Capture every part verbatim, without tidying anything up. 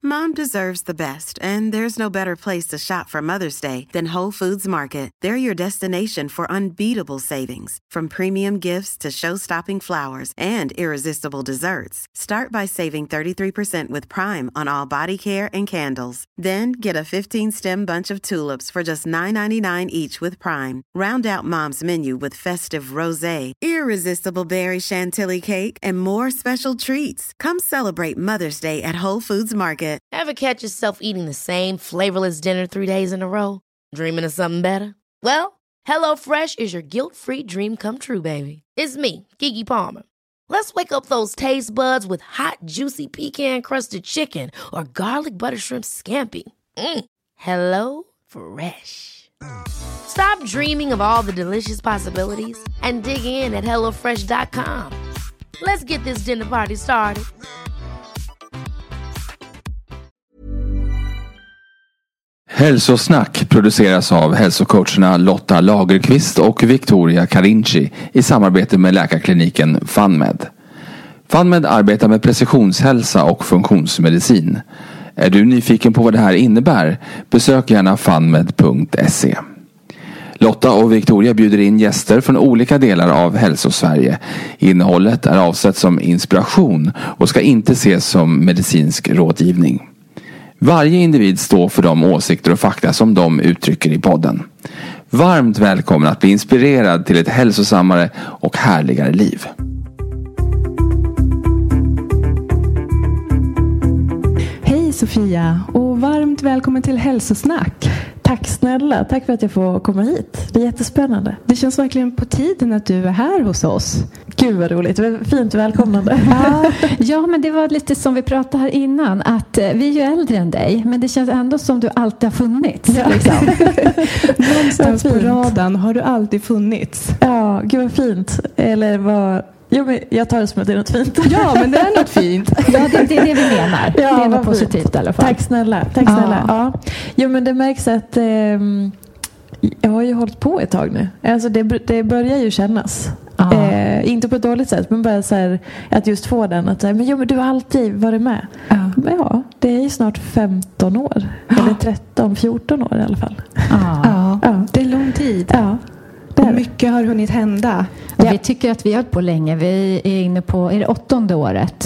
Mom deserves the best, and there's no better place to shop for Mother's Day than Whole Foods Market. They're your destination for unbeatable savings, from premium gifts to show-stopping flowers and irresistible desserts. Start by saving thirty-three percent with Prime on all body care and candles. Then get a fifteen-stem bunch of tulips for just nine ninety-nine each with Prime. Round out Mom's menu with festive rosé, irresistible berry chantilly cake, and more special treats. Come celebrate Mother's Day at Whole Foods Market. Ever catch yourself eating the same flavorless dinner three days in a row? Dreaming of something better? Well, HelloFresh is your guilt-free dream come true, baby. It's me, Keke Palmer. Let's wake up those taste buds with hot, juicy pecan-crusted chicken or garlic butter shrimp scampi. Mm. Hello Fresh. Stop dreaming of all the delicious possibilities and dig in at hello fresh dot com. Let's get this dinner party started. Hälsosnack produceras av hälsocoacherna Lotta Lagerqvist och Victoria Carinci i samarbete med läkarkliniken FunMed. FunMed arbetar med precisionshälsa och funktionsmedicin. Är du nyfiken på vad det här innebär? Besök gärna funmed punkt se. Lotta och Victoria bjuder in gäster från olika delar av Hälsosverige. Innehållet är avsett som inspiration och ska inte ses som medicinsk rådgivning. Varje individ står för de åsikter och fakta som de uttrycker i podden. Varmt välkommen att bli inspirerad till ett hälsosammare och härligare liv. Hej Sofia och varmt välkommen till Hälsosnack. Tack snälla, tack för att jag får komma hit. Det är jättespännande. Det känns verkligen på tiden att du är här hos oss. Gud vad roligt, fint välkomnande. Ja, ja, men det var lite som vi pratade här innan, att vi är ju äldre än dig, men det känns ändå som du alltid har funnits. Ja. Liksom. Någonstans på radarn har du alltid funnits. Ja, gud vad fint. Eller vad... Jo, men jag tar det som att det är något fint. Ja, men det är något fint. Ja, det, det är det vi menar. Ja, det är något positivt i alla fall. Tack snälla. Tack snälla. Ja. Ja. Jo, men det märks att eh, jag har ju hållit på ett tag nu. Alltså det, det börjar ju kännas. Eh, inte på ett dåligt sätt, men bara så här, att just få den att säga, men jo, men du har alltid varit med. Ja. Men ja, det är ju snart femton år. Ja. Eller tretton, fjorton år i alla fall. Ja, ja. Ja. Det är lång tid. Ja. Och mycket har hunnit hända. Och ja. Vi tycker att vi har hållit på länge. Vi är inne på, är det åttonde året?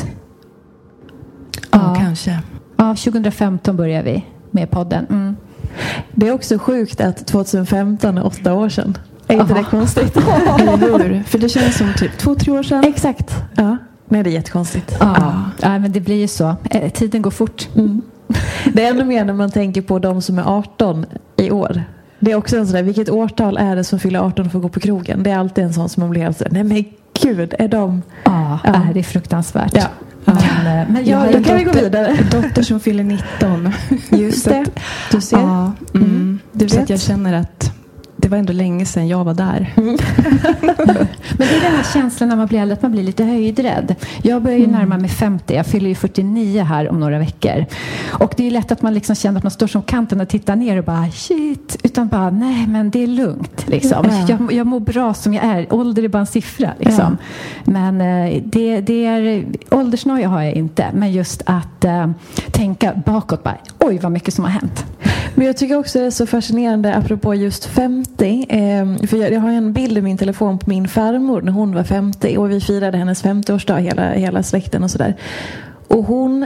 Ja, ja. Kanske. Ja, tjugohundrafemton börjar vi med podden. Mm. Det är också sjukt att tjugohundrafemton är åtta år sedan. Är inte Aha. det konstigt? Eller För det känns som typ två, tre år sedan. Exakt. Ja. Nej, det är jättekonstigt. Ja. Ja. Ja, men det blir ju så. Tiden går fort. Mm. Det är ännu mer när man tänker på de som är arton i år. Det är också en sån där, vilket årtal är det som fyller arton för att gå på krogen? Det är alltid en sån som man blir helt sådär, nej men gud, är de... Ja, ja. Det är fruktansvärt. Ja. Ja. Men, men jag, jag, jag kan vi gå vidare. En dotter som fyller nitton. Just det. Du ser. Ja. Mm. Mm. Du så vet. Att jag känner att det var ändå länge sedan jag var där. Mm. Men det är den här känslan när man blir äldre, att man blir lite höjdrädd. Jag börjar ju mm. närma mig femtio. Jag fyller ju fyrtionio här om några veckor. Och det är lätt att man liksom känner att man står som kanten och tittar ner och bara shit. Utan bara nej, men det är lugnt. Liksom. Ja. Jag, jag mår bra som jag är. Ålder är bara en siffra. Liksom. Ja. Men det, det är åldersnoja har jag inte. Men just att äh, tänka bakåt bara oj vad mycket som har hänt. Men jag tycker också det är så fascinerande apropå just femtio. Eh, för jag, jag har en bild i min telefon på min farmor när hon var femtio. Och vi firade hennes femtioårsdag, hela, hela släkten och sådär. Och hon,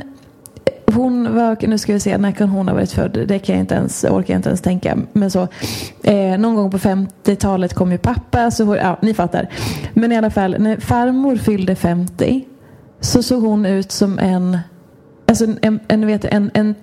hon var, nu ska vi se, när kan hon ha varit född? Det kan jag inte ens, orkar jag inte ens tänka. Men så, eh, någon gång på femtiotalet kom ju pappa. Så, ja, ni fattar. Men i alla fall, när farmor fyllde femtio så såg hon ut som en, alltså en, en, vet, en, en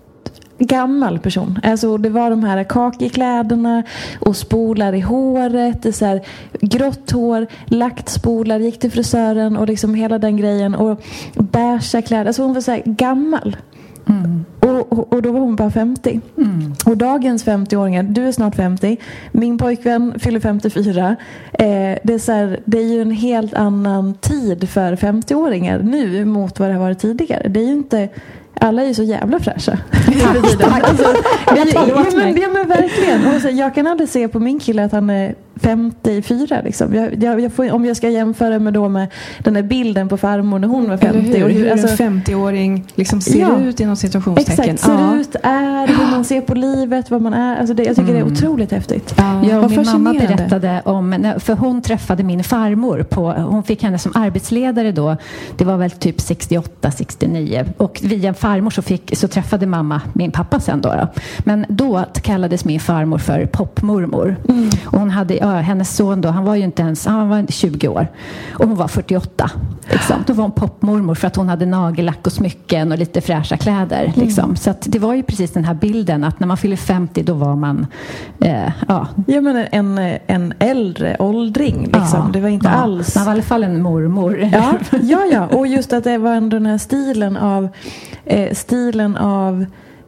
gammal person. Alltså det var de här kakikläderna och spolar i håret, det så här grått hår, lagt spolar, gick till frisören och liksom hela den grejen och beiga kläder. Alltså hon var så här gammal. Mm. Och, och, och då var hon bara femtio. Mm. Och dagens femtioåringar, du är snart femtio, min pojkvän fyller femtiofyra. Eh, det, är så här, det är ju en helt annan tid för femtioåringar nu mot vad det har varit tidigare. Det är ju inte, alla är ju så jävla fräscha. Alltså, ja, men, ja men verkligen. Och så, jag kan aldrig se på min kille att han är femtiofyra liksom. jag, jag, jag får, om jag ska jämföra med, då med den där bilden på farmor när hon var femtio. Eller hur, och hur, hur alltså, en femtio-åring liksom ser ja, ut inom situationstecken. Exakt, ser ja. ut, är, hur man ser på livet, vad man är. Alltså det, jag tycker mm. det är otroligt häftigt. Ja, ja, vad min mamma fascinerande. berättade om, för hon träffade min farmor på, hon fick henne som arbetsledare då, det var väl typ sextioåtta sextionio, och via farmor så, fick, så träffade mamma min pappa sen då, då. Men då kallades min farmor för popmormor. Mm. Och hon hade, ja, hennes son då, han var ju inte ens, han var tjugo år och hon var fyrtioåtta liksom. Då var hon popmormor för att hon hade nagellack och smycken och lite fräscha kläder liksom. Mm. Så att det var ju precis den här bilden att när man fyller femtio då var man eh, ja. Ja, men en, en äldre åldring liksom. Ja, det var inte ja. alls. Man var i alla fall en mormor. Ja, ja, ja. Och just att det var ändå den här stilen av eh, stilen av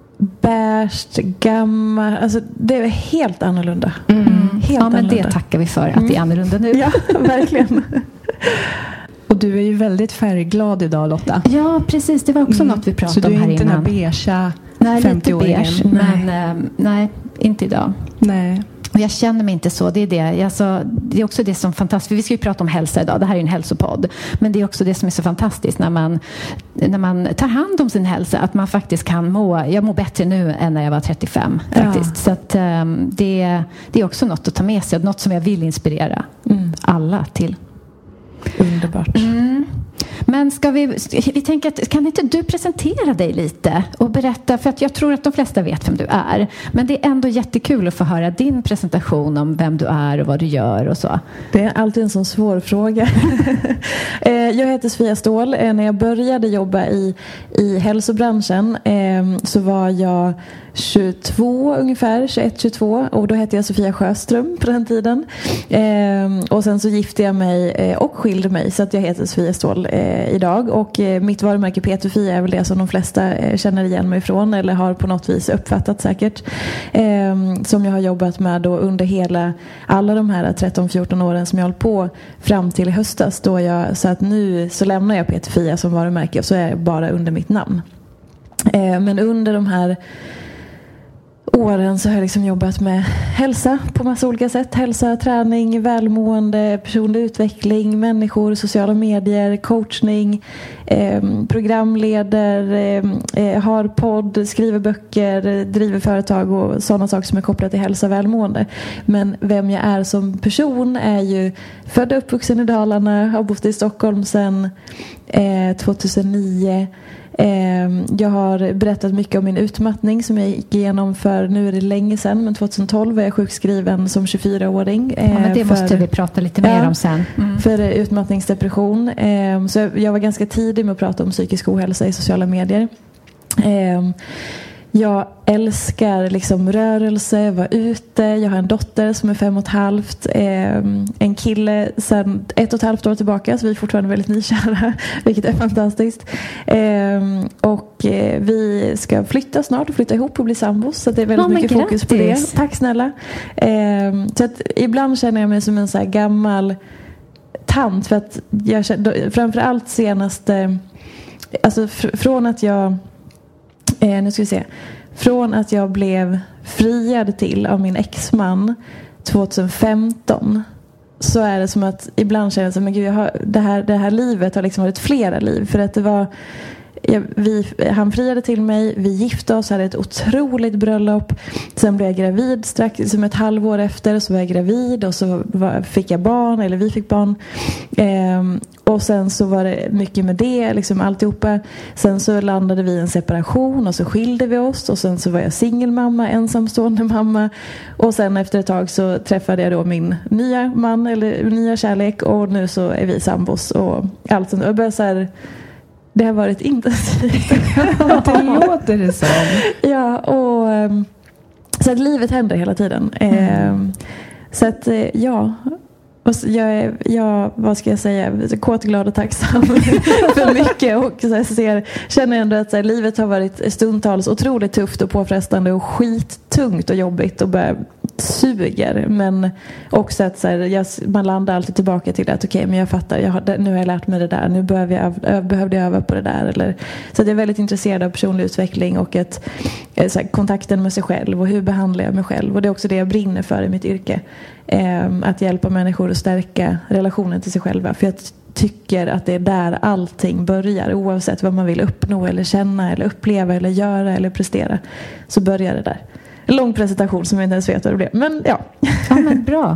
bärst, gammal, alltså det är helt annorlunda. Mm. Helt ja, men annorlunda. Det tackar vi för att mm. det är annorlunda nu. Ja, verkligen. Och du är ju väldigt färgglad idag, Lotta. Ja, precis. Det var också mm. något vi pratade om här innan. Så du är inte den här beigea femtio-åringen? Nej, lite beige, men äh, nej, inte idag. Nej. Och jag känner mig inte så. Det är det. Alltså, det är också det som är fantastiskt. För vi ska ju prata om hälsa idag. Det här är ju en hälsopodd. Men det är också det som är så fantastiskt när man, när man tar hand om sin hälsa. Att man faktiskt kan må. Jag mår bättre nu än när jag var trettiofem. Faktiskt. Ja. Så att, um, det, det är också något att ta med sig. Något som jag vill inspirera mm. alla till. Underbart. Mm. Men ska vi, vi tänker att, kan inte du presentera dig lite och berätta, för att jag tror att de flesta vet vem du är, men det är ändå jättekul att få höra din presentation om vem du är och vad du gör och så. Det är alltid en sån svår fråga. Jag heter Sofia Ståhl. När jag började jobba i, i hälsobranschen så var jag tjugotvå ungefär, tjugoett tjugotvå, och då hette jag Sofia Sjöström på den tiden. Och sen så gifte jag mig och skilde mig, så att jag heter Sofia Ståhl idag, och mitt varumärke P T F I är väl det som de flesta känner igen mig från eller har på något vis uppfattat säkert, som jag har jobbat med då under hela alla de här tretton fjorton åren som jag hållit på fram till i höstas, då jag så att nu så lämnar jag P T F I som varumärke och så är jag bara under mitt namn. Men under de här åren så har jag liksom jobbat med hälsa på massa olika sätt. Hälsa, träning, välmående, personlig utveckling, människor, sociala medier, coachning, eh, programleder, eh, har podd, skriver böcker, driver företag och sådana saker som är kopplade till hälsa och välmående. Men vem jag är som person är ju född och uppvuxen i Dalarna, har bott i Stockholm sedan eh, tjugohundranio. Jag har berättat mycket om min utmattning som jag gick igenom för, nu är det länge sedan, men tjugotolv var jag sjukskriven som tjugofyraåring. Ja, men det för, måste vi prata lite mer ja, om sen. Mm. För utmattningsdepression. Så jag var ganska tidig med att prata om psykisk ohälsa i sociala medier. Jag älskar liksom rörelse, vara ute. Jag har en dotter som är fem och ett halvt. Eh, en kille sedan ett och ett halvt år tillbaka. Så vi är fortfarande väldigt nykära, vilket är fantastiskt. Eh, och eh, vi ska flytta snart och flytta ihop och bli sambos. Så det är väldigt oh, mycket fokus på det. Tack snälla. Eh, så att ibland känner jag mig som en så här gammal tant. För att jag känner, framförallt senaste... Alltså fr- från att jag... Eh, nu ska vi se. Från att jag blev friad till av min exman tjugohundrafemton, så är det som att ibland känner jag så, men gud, jag har, det, här, det här livet har liksom varit flera liv. För att det var... Jag, vi, han friade till mig, vi gifte oss, hade ett otroligt bröllop. Sen blev jag gravid strax, som ett halvår efter så var jag gravid och så var, fick jag barn, eller vi fick barn. Ehm, och sen så var det mycket med det, liksom alltihopa. Sen så landade vi i en separation och så skilde vi oss. Och sen så var jag singelmamma, ensamstående mamma. Och sen efter ett tag så träffade jag då min nya man, eller nya kärlek. Och nu så är vi sambos och allt sånt. Och jag började så här... Det har varit intensivt. Det låter det som. Ja, och så att livet händer hela tiden. Mm. Så att, ja. Och jag är, ja, vad ska jag säga? Kåt, glad och tacksam för mycket. Och så jag ser, känner ändå att så här, livet har varit stundtals otroligt tufft och påfrestande och skittungt och jobbigt. Och börjar suger, men också att så här, jag, man landar alltid tillbaka till att okej, okay, men jag fattar, jag har, nu har jag lärt mig det där, nu behöver jag, jag behövde jag öva på det där, eller, så att jag är väldigt intresserad av personlig utveckling och att, så här, kontakten med sig själv och hur behandlar jag mig själv, och det är också det jag brinner för i mitt yrke, eh, att hjälpa människor att stärka relationen till sig själva, för jag tycker att det är där allting börjar, oavsett vad man vill uppnå eller känna eller uppleva eller göra eller prestera, så börjar det där. En lång presentation som jag inte ens vet vad det blev. Men ja. Ja, men bra.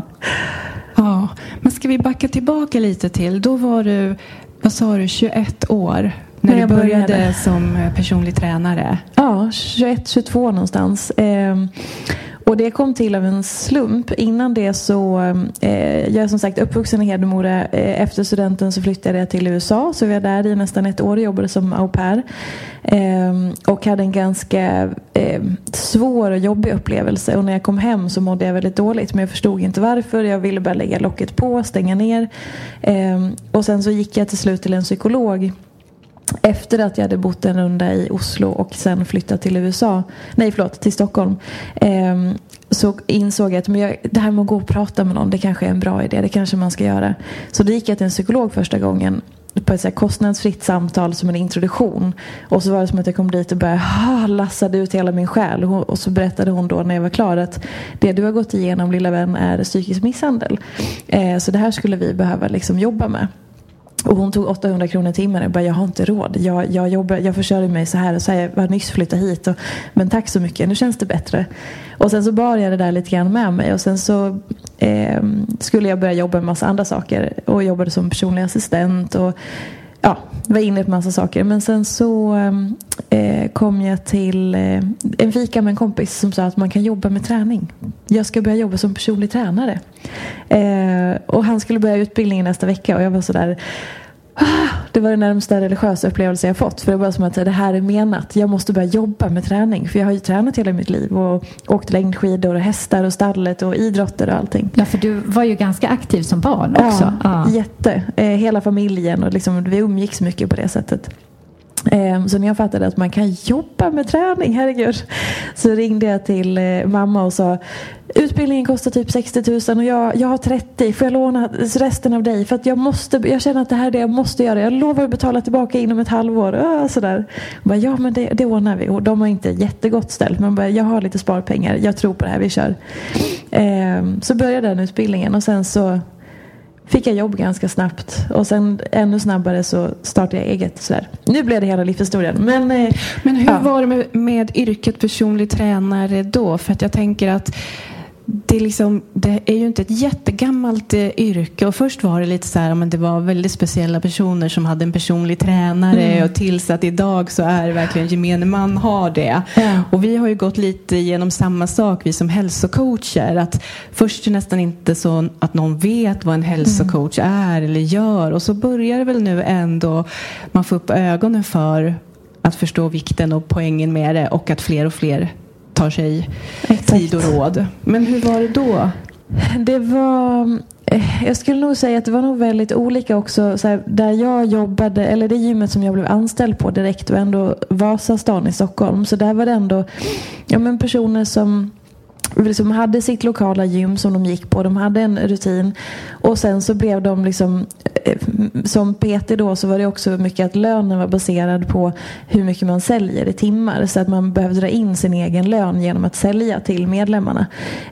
Ja, men ska vi backa tillbaka lite till? Då var du, vad sa du, tjugoett år när, när du började, började som personlig tränare. Ja, tjugoett tjugotvå någonstans. Eh, och det kom till av en slump. Innan det så, eh, jag är som sagt uppvuxen i Hedemora. Eh, efter studenten så flyttade jag till U S A. Så vi var där i nästan ett år och jobbade som au pair. Eh, och hade en ganska eh, svår och jobbig upplevelse. Och när jag kom hem så mådde jag väldigt dåligt. Men jag förstod inte varför. Jag ville bara lägga locket på, stänga ner. Eh, och sen så gick jag till slut till en psykolog. Efter att jag hade bott en runda i Oslo och sen flyttat till U S A. Nej, förlåt, till Stockholm. Eh, så insåg jag att men jag, det här med att gå och prata med någon, det kanske är en bra idé. Det kanske man ska göra. Så då gick jag till en psykolog första gången på ett så här kostnadsfritt samtal som en introduktion. Och så var det som att jag kom dit och började ha, lassade ut hela min själ. Och, och så berättade hon då när jag var klar att det du har gått igenom, lilla vän, är psykisk misshandel. Eh, så det här skulle vi behöva liksom jobba med. Och hon tog åttahundra kronor i timmen och bara, jag har inte råd. Jag, jag, jobbar, jag försörjer mig så här och så här. Jag var nyss flyttat hit. Och, men tack så mycket, nu känns det bättre. Och sen så bar jag det där lite grann med mig. Och sen så eh, skulle jag börja jobba med massa andra saker. Och jobbade som personlig assistent. Och ja, var inne på massa saker. Men sen så eh, kom jag till eh, en fika med en kompis som sa att man kan jobba med träning. Jag ska börja jobba som personlig tränare. Eh, och han skulle börja utbildningen nästa vecka. Och jag var så där... Det var den närmsta religiösa upplevelse jag fått. För det var som att det här är menat. Jag måste börja jobba med träning. För jag har ju tränat hela mitt liv. Och åkt längdskidor och hästar och stallet och idrotter och allting. Ja, för du var ju ganska aktiv som barn också. Ja, ja. Jätte. Eh, hela familjen. Och liksom, vi umgicks mycket på det sättet. Eh, så när jag fattade att man kan jobba med träning, herregud. Så ringde jag till eh, mamma och sa... Utbildningen kostar typ sextio tusen och jag, jag har trettio. Får jag låna resten av dig? För att jag måste, jag känner att det här är det jag måste göra. Jag lovar att betala tillbaka inom ett halvår. Äh, sådär. Bara, ja, men det, det ordnar vi. Och de har inte jättegott ställt. Men bara, jag har lite sparpengar. Jag tror på det här, vi kör. Ehm, så började den utbildningen. Och sen så fick jag jobb ganska snabbt. Och sen ännu snabbare så startade jag eget. Sådär. Nu blev det hela livshistorien. Men, eh, men hur ja. var det med, med yrket personlig tränare då? För att jag tänker att det är, liksom, det är ju inte ett jättegammalt eh, yrke. Och först var det lite så här, men det var väldigt speciella personer som hade en personlig tränare. Mm. Och tills att idag så är det verkligen gemene man har det. Ja. Och vi har ju gått lite genom samma sak, vi som hälsocoacher. Att först är det nästan inte så att någon vet vad en hälsocoach mm. är eller gör. Och så börjar det väl nu ändå man får upp ögonen för att förstå vikten och poängen med det. Och att fler och fler tar sig Exakt. tid och råd. Men hur var det då? Det var... Jag skulle nog säga att det var nog väldigt olika också. Så här, där jag jobbade, eller det gymmet som jag blev anställd på direkt var ändå Vasastan i Stockholm. Så där var det ändå ja, men personer som... som hade sitt lokala gym som de gick på. De hade en rutin. Och sen så blev de liksom... Som P T då så var det också mycket att lönen var baserad på hur mycket man säljer i timmar. Så att man behövde dra in sin egen lön genom att sälja till medlemmarna.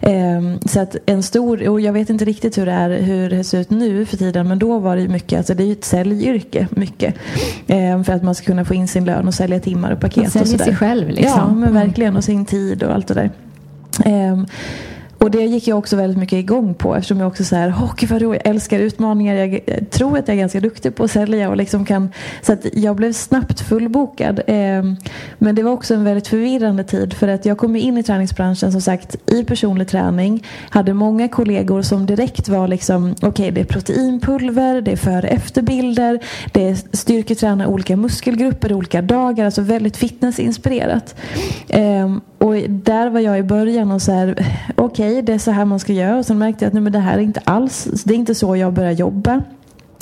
Så att en stor... Och jag vet inte riktigt hur det är, hur det ser ut nu för tiden. Men då var det ju mycket... Alltså det är ju ett säljyrke mycket. För att man ska kunna få in sin lön och sälja timmar och paket. Man säljer och sådär. sig själv liksom. Ja, men verkligen. Och sin tid och allt det där. Um, och det gick jag också väldigt mycket igång på eftersom jag också så här, åh gud vad roligt, jag älskar utmaningar, jag tror att jag är ganska duktig på att sälja och liksom kan, så att jag blev snabbt fullbokad. Um, men det var också en väldigt förvirrande tid för att jag kom in i träningsbranschen som sagt i personlig träning, hade många kollegor som direkt var liksom, okej okay, det är proteinpulver, det är före efterbilder, det är styrketräna olika muskelgrupper, olika dagar, alltså väldigt fitnessinspirerat. Um, Och där var jag i början och så här, okej, okay, det är så här man ska göra. Och sen märkte jag att nej, men det här är inte alls, det är inte så jag börjar jobba.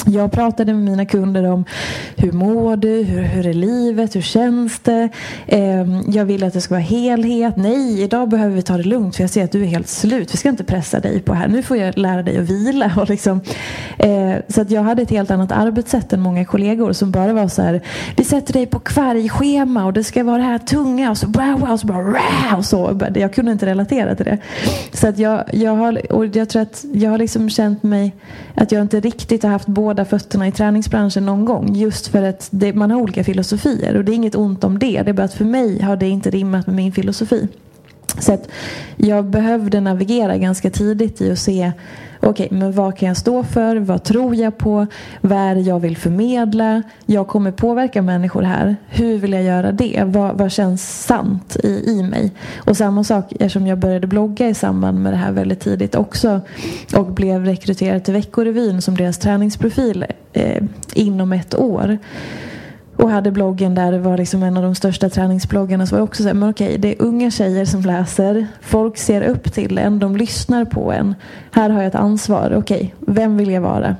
Jag pratade med mina kunder om hur mår du, hur, hur är livet, hur känns det? Eh, jag vill att det ska vara helhet. Nej, idag behöver vi ta det lugnt för jag ser att du är helt slut. Vi ska inte pressa dig på här. Nu får jag lära dig att vila. Och liksom, eh, så att jag hade ett helt annat arbetssätt än många kollegor som bara var så här: vi sätter dig på kvargschema och det ska vara det här tunga och så wow, wow, och så bara rah, och så. Jag kunde inte relatera till det. Så att jag, jag har, och jag tror att jag har liksom känt mig att jag inte riktigt har haft båda fötterna i träningsbranschen någon gång. Just för att det, man har olika filosofier. Och det är inget ont om det. Det är bara att för mig har det inte rimmat med min filosofi. Så att jag behövde navigera ganska tidigt i att se, okej, okay, men vad kan jag stå för? Vad tror jag på? Vad är det jag vill förmedla? Jag kommer påverka människor här. Hur vill jag göra det? Vad, vad känns sant i, i mig? Och samma sak, eftersom jag började blogga i samband med det här väldigt tidigt också och blev rekryterad till Veckorevyn som deras träningsprofil eh, inom ett år. Och hade bloggen där det var liksom en av de största träningsbloggarna, så var det också så här, men okej, det är unga tjejer som läser. Folk ser upp till en, de lyssnar på en. Här har jag ett ansvar. Okej, vem vill jag vara?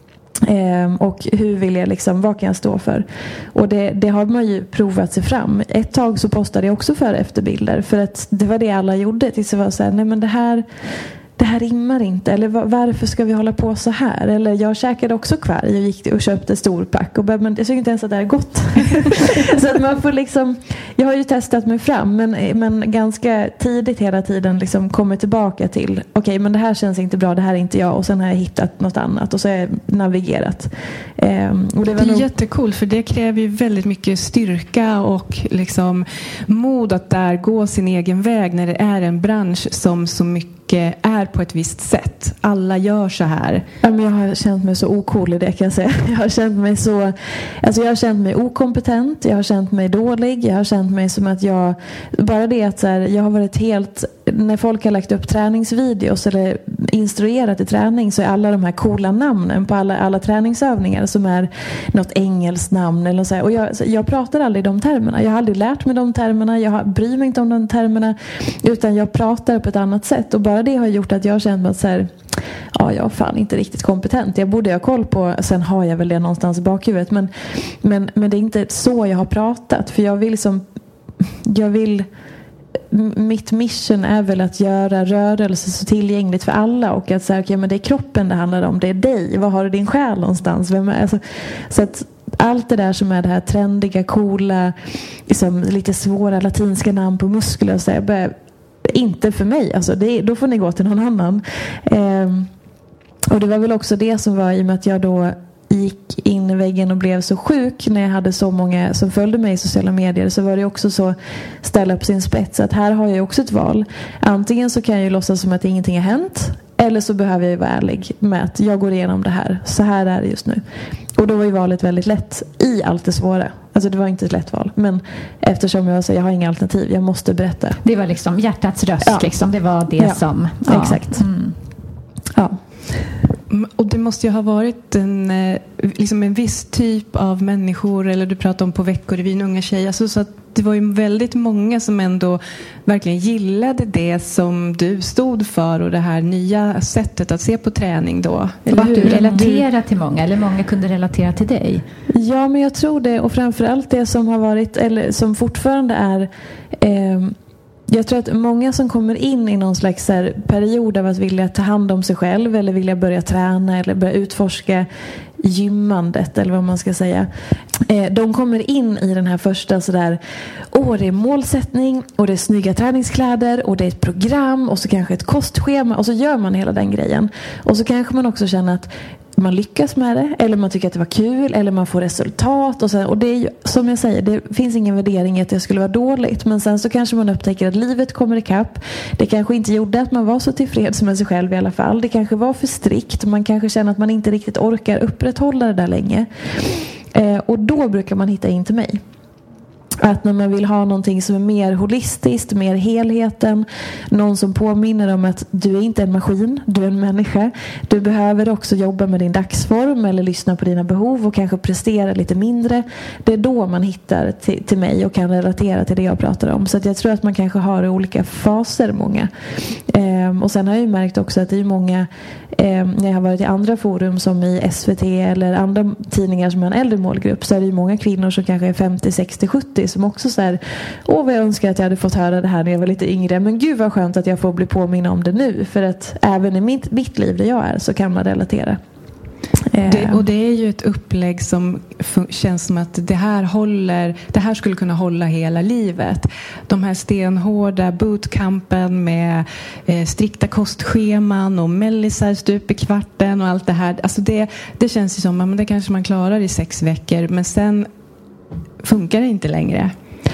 Ehm, och hur vill jag liksom, vad kan jag stå för? Och det, det har man ju provat sig fram. Ett tag så postade jag också för efterbilder. För att det var det alla gjorde. Tills det var så här, nej men det här... det här rimmar inte. Eller varför ska vi hålla på så här? Eller jag käkade också kvarg och gick och köpte storpack. Och bara, men jag tycker inte ens att det här är gott. Så att man får liksom... Jag har ju testat mig fram. Men, men ganska tidigt hela tiden liksom kommer tillbaka till... Okej, okay, men det här känns inte bra. Det här är inte jag. Och sen har jag hittat något annat. Och så har jag navigerat. Ehm, och det, var det är nog... jättekul. För det kräver ju väldigt mycket styrka och liksom mod att där gå sin egen väg. När det är en bransch som så mycket är på ett visst sätt. Alla gör så här. Ja, men jag har känt mig så ocool i det, kan jag säga. Jag har känt mig så... Alltså jag har känt mig okompetent. Jag har känt mig dålig. Jag har känt mig som att jag... Bara det att så här, jag har varit helt... När folk har lagt upp träningsvideos eller instruerat i träning, så är alla de här coola namnen på alla, alla träningsövningar som är något engelskt namn eller så här. Och jag, jag pratar aldrig de termerna. Jag har aldrig lärt mig de termerna. Jag har, bryr mig inte om de termerna. Utan jag pratar på ett annat sätt. Och bara det har gjort att jag har känt mig att så här, ja, jag är fan inte riktigt kompetent. Jag borde ha koll på, sen har jag väl det någonstans i bakhuvudet. Men, men, men det är inte så jag har pratat. För jag vill som... Jag vill... Mitt mission är väl att göra rörelse så tillgängligt för alla. Och att säga, okay, men det är kroppen det handlar om. Det är dig. Var har du din själ någonstans? Vem är, alltså, så att allt det där som är det här trendiga, coola, liksom, lite svåra latinska namn på muskler och så här, börjar, inte för mig. Alltså, det, då får ni gå till någon annan. Ehm, och det var väl också det som var, i och med att jag då gick in i väggen och blev så sjuk när jag hade så många som följde mig i sociala medier, så var det också så ställa på sin spets att här har jag också ett val. Antingen så kan jag ju låtsas som att ingenting har hänt, eller så behöver jag ju vara ärlig med att jag går igenom det här. Så här är det just nu. Och då var ju valet väldigt lätt i allt det svåra. Alltså det var inte ett lätt val. Men eftersom jag sa jag har inga alternativ, jag måste berätta. Det var liksom hjärtats röst. Ja. Liksom. Det var det ja. som... Ja. Exakt. Mm. Ja. Och det måste ju ha varit en, liksom en viss typ av människor, eller du pratar om på Veckorevyn, unga tjejer, alltså, så att det var ju väldigt många som ändå verkligen gillade det som du stod för och det här nya sättet att se på träning då. Eller att du relaterade till många, eller många kunde relatera till dig. Ja, men jag tror det, och framförallt det som har varit, eller som fortfarande är... Eh, Jag tror att många som kommer in i någon slags här period av att vilja ta hand om sig själv eller vilja börja träna eller börja utforska gymmandet eller vad man ska säga. De kommer in i den här första sådär, åh, det är målsättning och det är snygga träningskläder och det är ett program och så kanske ett kostschema, och så gör man hela den grejen. Och så kanske man också känner att man lyckas med det, eller man tycker att det var kul, eller man får resultat, och, sen, och det är ju, som jag säger, det finns ingen värdering i att det skulle vara dåligt, men sen så kanske man upptäcker att livet kommer ikapp. Det kanske inte gjorde att man var så tillfreds med sig själv i alla fall. Det kanske var för strikt, man kanske känner att man inte riktigt orkar upprätthålla det där länge, eh, och då brukar man hitta in till mig. Att när man vill ha någonting som är mer holistiskt, mer helheten, någon som påminner om att du är inte en maskin, du är en människa. Du behöver också jobba med din dagsform eller lyssna på dina behov och kanske prestera lite mindre. Det är då man hittar till, till mig och kan relatera till det jag pratar om. Så att jag tror att man kanske har olika faser, många. Eh, Eh, och sen har jag ju märkt också att det är många, eh, när jag har varit i andra forum som i S V T eller andra tidningar som har en äldre målgrupp, så är det ju många kvinnor som kanske är femtio, sextio, sjuttio som också säger, åh vad jag önskar att jag hade fått höra det här när jag var lite yngre, men gud vad skönt att jag får bli påminna om det nu, för att även i mitt, mitt liv där jag är så kan man relatera. Det, och det är ju ett upplägg som fun- känns som att det här håller, det här skulle kunna hålla hela livet. De här stenhårda bootcampen med eh, strikta kostscheman och mellisar stup i kvarten och allt det här. Alltså det, det känns ju som att det kanske man klarar i sex veckor, men sen funkar det inte längre.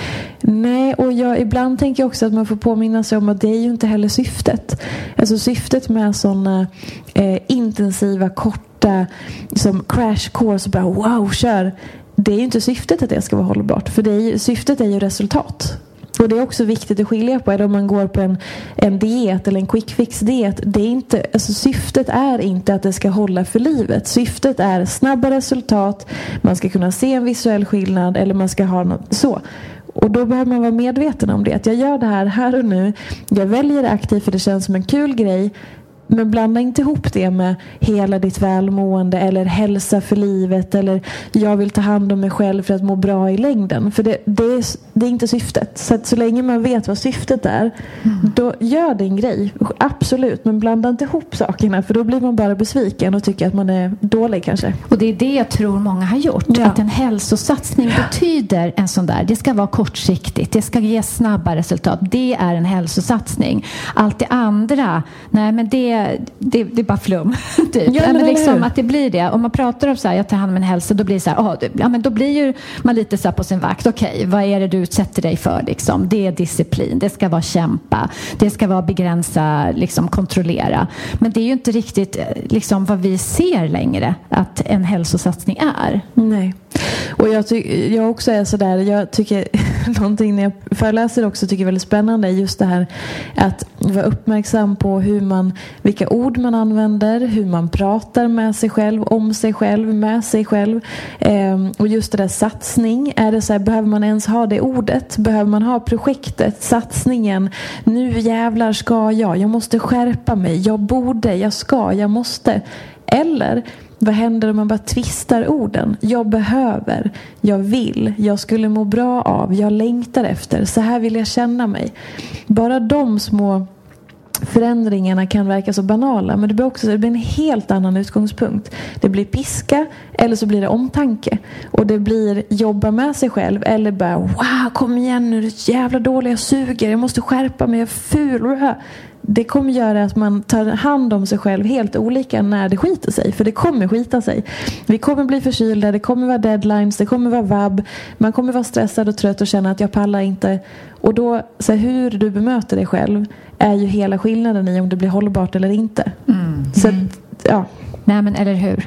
Nej, och jag, ibland tänker jag också att man får påminna sig om att det är ju inte heller syftet. Alltså syftet med sådana eh, intensiva, korta som crash course, bara wow, kör. Det är ju inte syftet att det ska vara hållbart. För det är ju, syftet är ju resultat. Och det är också viktigt att skilja på, eller om man går på en, en diet eller en quick fix diet, det är inte, alltså syftet är inte att det ska hålla för livet. Syftet är snabba resultat, man ska kunna se en visuell skillnad eller man ska ha något så. Och då behöver man vara medveten om det. Att jag gör det här här och nu. Jag väljer det aktivt för det känns som en kul grej. Men blanda inte ihop det med hela ditt välmående eller hälsa för livet eller jag vill ta hand om mig själv för att må bra i längden. För det, det, är, det är inte syftet. Så att så länge man vet vad syftet är, mm. då gör det en grej. Absolut, men blanda inte ihop sakerna, för då blir man bara besviken och tycker att man är dålig kanske. Och det är det jag tror många har gjort. Ja. Att en hälsosatsning betyder en sån där. Det ska vara kortsiktigt. Det ska ge snabba resultat. Det är en hälsosatsning. Allt det andra, nej men det Det, det är bara flum. Typ. Ja, men men liksom att det blir det. Om man pratar om så här, jag tar hand om en hälsa, då blir det så här, oh, ja, men då blir ju man lite så här på sin vakt. Okej, okay, vad är det du utsätter dig för? Liksom? Det är disciplin, det ska vara kämpa, det ska vara begränsa, liksom kontrollera. Men det är ju inte riktigt liksom vad vi ser längre att en hälsosatsning är. Nej. Och jag, ty- jag också är sådär, jag tycker någonting när jag föreläser också tycker är väldigt spännande är just det här att vara uppmärksam på hur man, vilka ord man använder, hur man pratar med sig själv, om sig själv, med sig själv. Ehm, och just det där satsning, är det så här, behöver man ens ha det ordet? Behöver man ha projektet, satsningen? Nu jävlar ska jag, jag måste skärpa mig, jag borde, jag ska, jag måste. Eller vad händer om man bara twistar orden? Jag behöver, jag vill, jag skulle må bra av, jag längtar efter, så här vill jag känna mig. Bara de små förändringarna kan verka så banala, men det blir också det blir en helt annan utgångspunkt. Det blir piska eller så blir det omtanke. Och det blir jobba med sig själv eller bara wow, kom igen nu, det är jävla dålig, jag suger, jag måste skärpa mig, jag är ful. Det kommer göra att man tar hand om sig själv helt olika när det skiter sig. För det kommer skita sig. Vi kommer bli förkylda, det kommer vara deadlines, det kommer vara vabb. Man kommer vara stressad och trött och känna att jag pallar inte. Och då, så här, hur du bemöter dig själv är ju hela skillnaden i om det blir hållbart eller inte. Mm. Så att, ja. Nej men eller hur?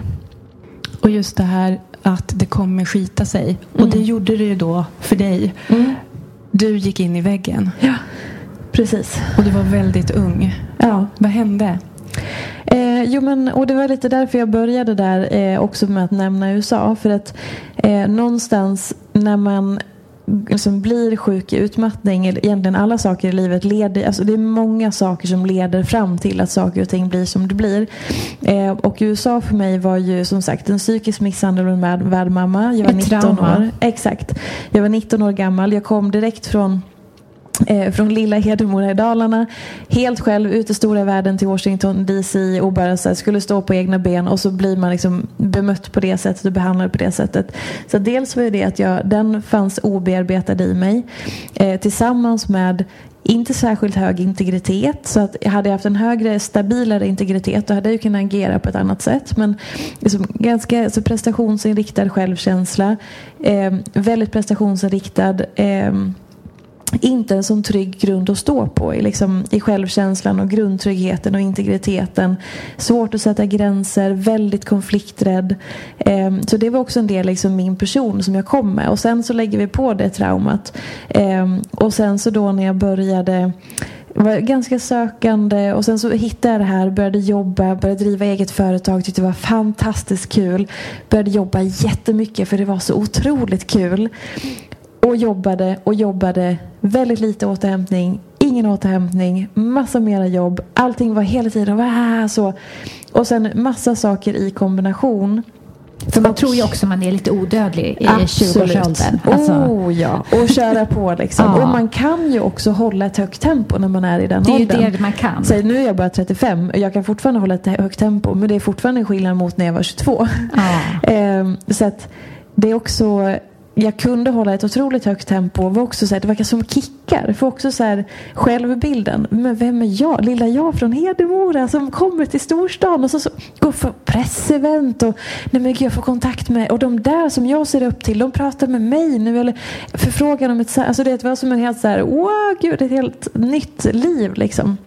Och just det här att det kommer skita sig. Och mm. det gjorde det ju då för dig. Mm. Du gick in i väggen. Ja. Precis. Och du var väldigt ung. Ja. Vad hände? Eh, jo men, och det var lite därför jag började där eh, också med att nämna U S A. För att eh, någonstans när man liksom blir sjuk i utmattning, eller egentligen alla saker i livet leder, alltså det är många saker som leder fram till att saker och ting blir som det blir. Eh, och U S A för mig var ju som sagt en psykisk misshandel med en värdmamma. Jag var Ett nitton trauma. år. Exakt. Jag var nitton år gammal. Jag kom direkt från Eh, från lilla Hedemora i Dalarna, helt själv ut i stora världen till Washington D C och bara så här, skulle stå på egna ben, och så blir man liksom bemött på det sättet och behandlad på det sättet. Så dels var det att jag, den fanns obearbetad i mig eh, tillsammans med inte särskilt hög integritet, så att jag hade haft en högre, stabilare integritet, då hade jag kunnat agera på ett annat sätt. Men liksom ganska så prestationsinriktad självkänsla, eh, väldigt prestationsinriktad, eh, inte en sån trygg grund att stå på i, liksom, i självkänslan och grundtryggheten och integriteten. Svårt att sätta gränser, väldigt konflikträdd. Eh, så det var också en del liksom min person som jag kom med. Och sen så lägger vi på det traumat. Eh, och sen så då när jag började, var ganska sökande, och sen så hittade jag det här, började jobba, började driva eget företag, tyckte det var fantastiskt kul. Började jobba jättemycket för det var så otroligt kul. Och jobbade och jobbade, väldigt lite återhämtning, ingen ingen återhämtning, massa mera jobb, allting var hela tiden ah, så. Och sen massa saker i kombination. För man tror ju också man är lite odödlig i tjugoårsåldern. Alltså. Oh ja, och köra på liksom. Ja. Och man kan ju också hålla ett högt tempo när man är i den det åldern. Det är det man kan. Så nu är jag bara trettiofem och jag kan fortfarande hålla ett högt tempo, men det är fortfarande en skillnad mot när jag var tjugotvå. Ja. ehm, så att det är också... Jag kunde hålla ett otroligt högt tempo. Var också så här, det verkar som kickar. För också så här, självbilden. Men vem är jag? Lilla jag från Hedemora som kommer till storstan och så, så går för pressevent och nej men jag får kontakt med. Och de där som jag ser upp till, de pratar med mig nu. Eller förfrågan om ett... Alltså det var som en helt så här, wow, gud, ett helt nytt liv liksom.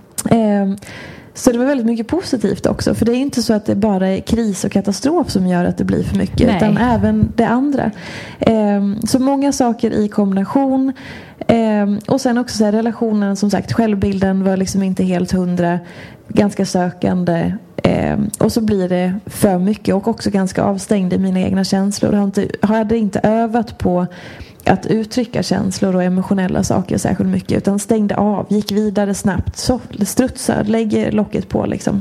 Ehm. Så det var väldigt mycket positivt också. För det är inte så att det bara är kris och katastrof som gör att det blir för mycket. Nej. Utan även det andra. Eh, så många saker i kombination. Eh, och sen också så här, relationen, som sagt, självbilden var liksom inte helt hundra. Ganska sökande. Eh, och så blir det för mycket. Och också ganska avstängd i mina egna känslor. Jag inte, hade inte övat på att uttrycka känslor och emotionella saker särskilt mycket, utan stängde av, gick vidare snabbt, så strutsar, lägger locket på liksom.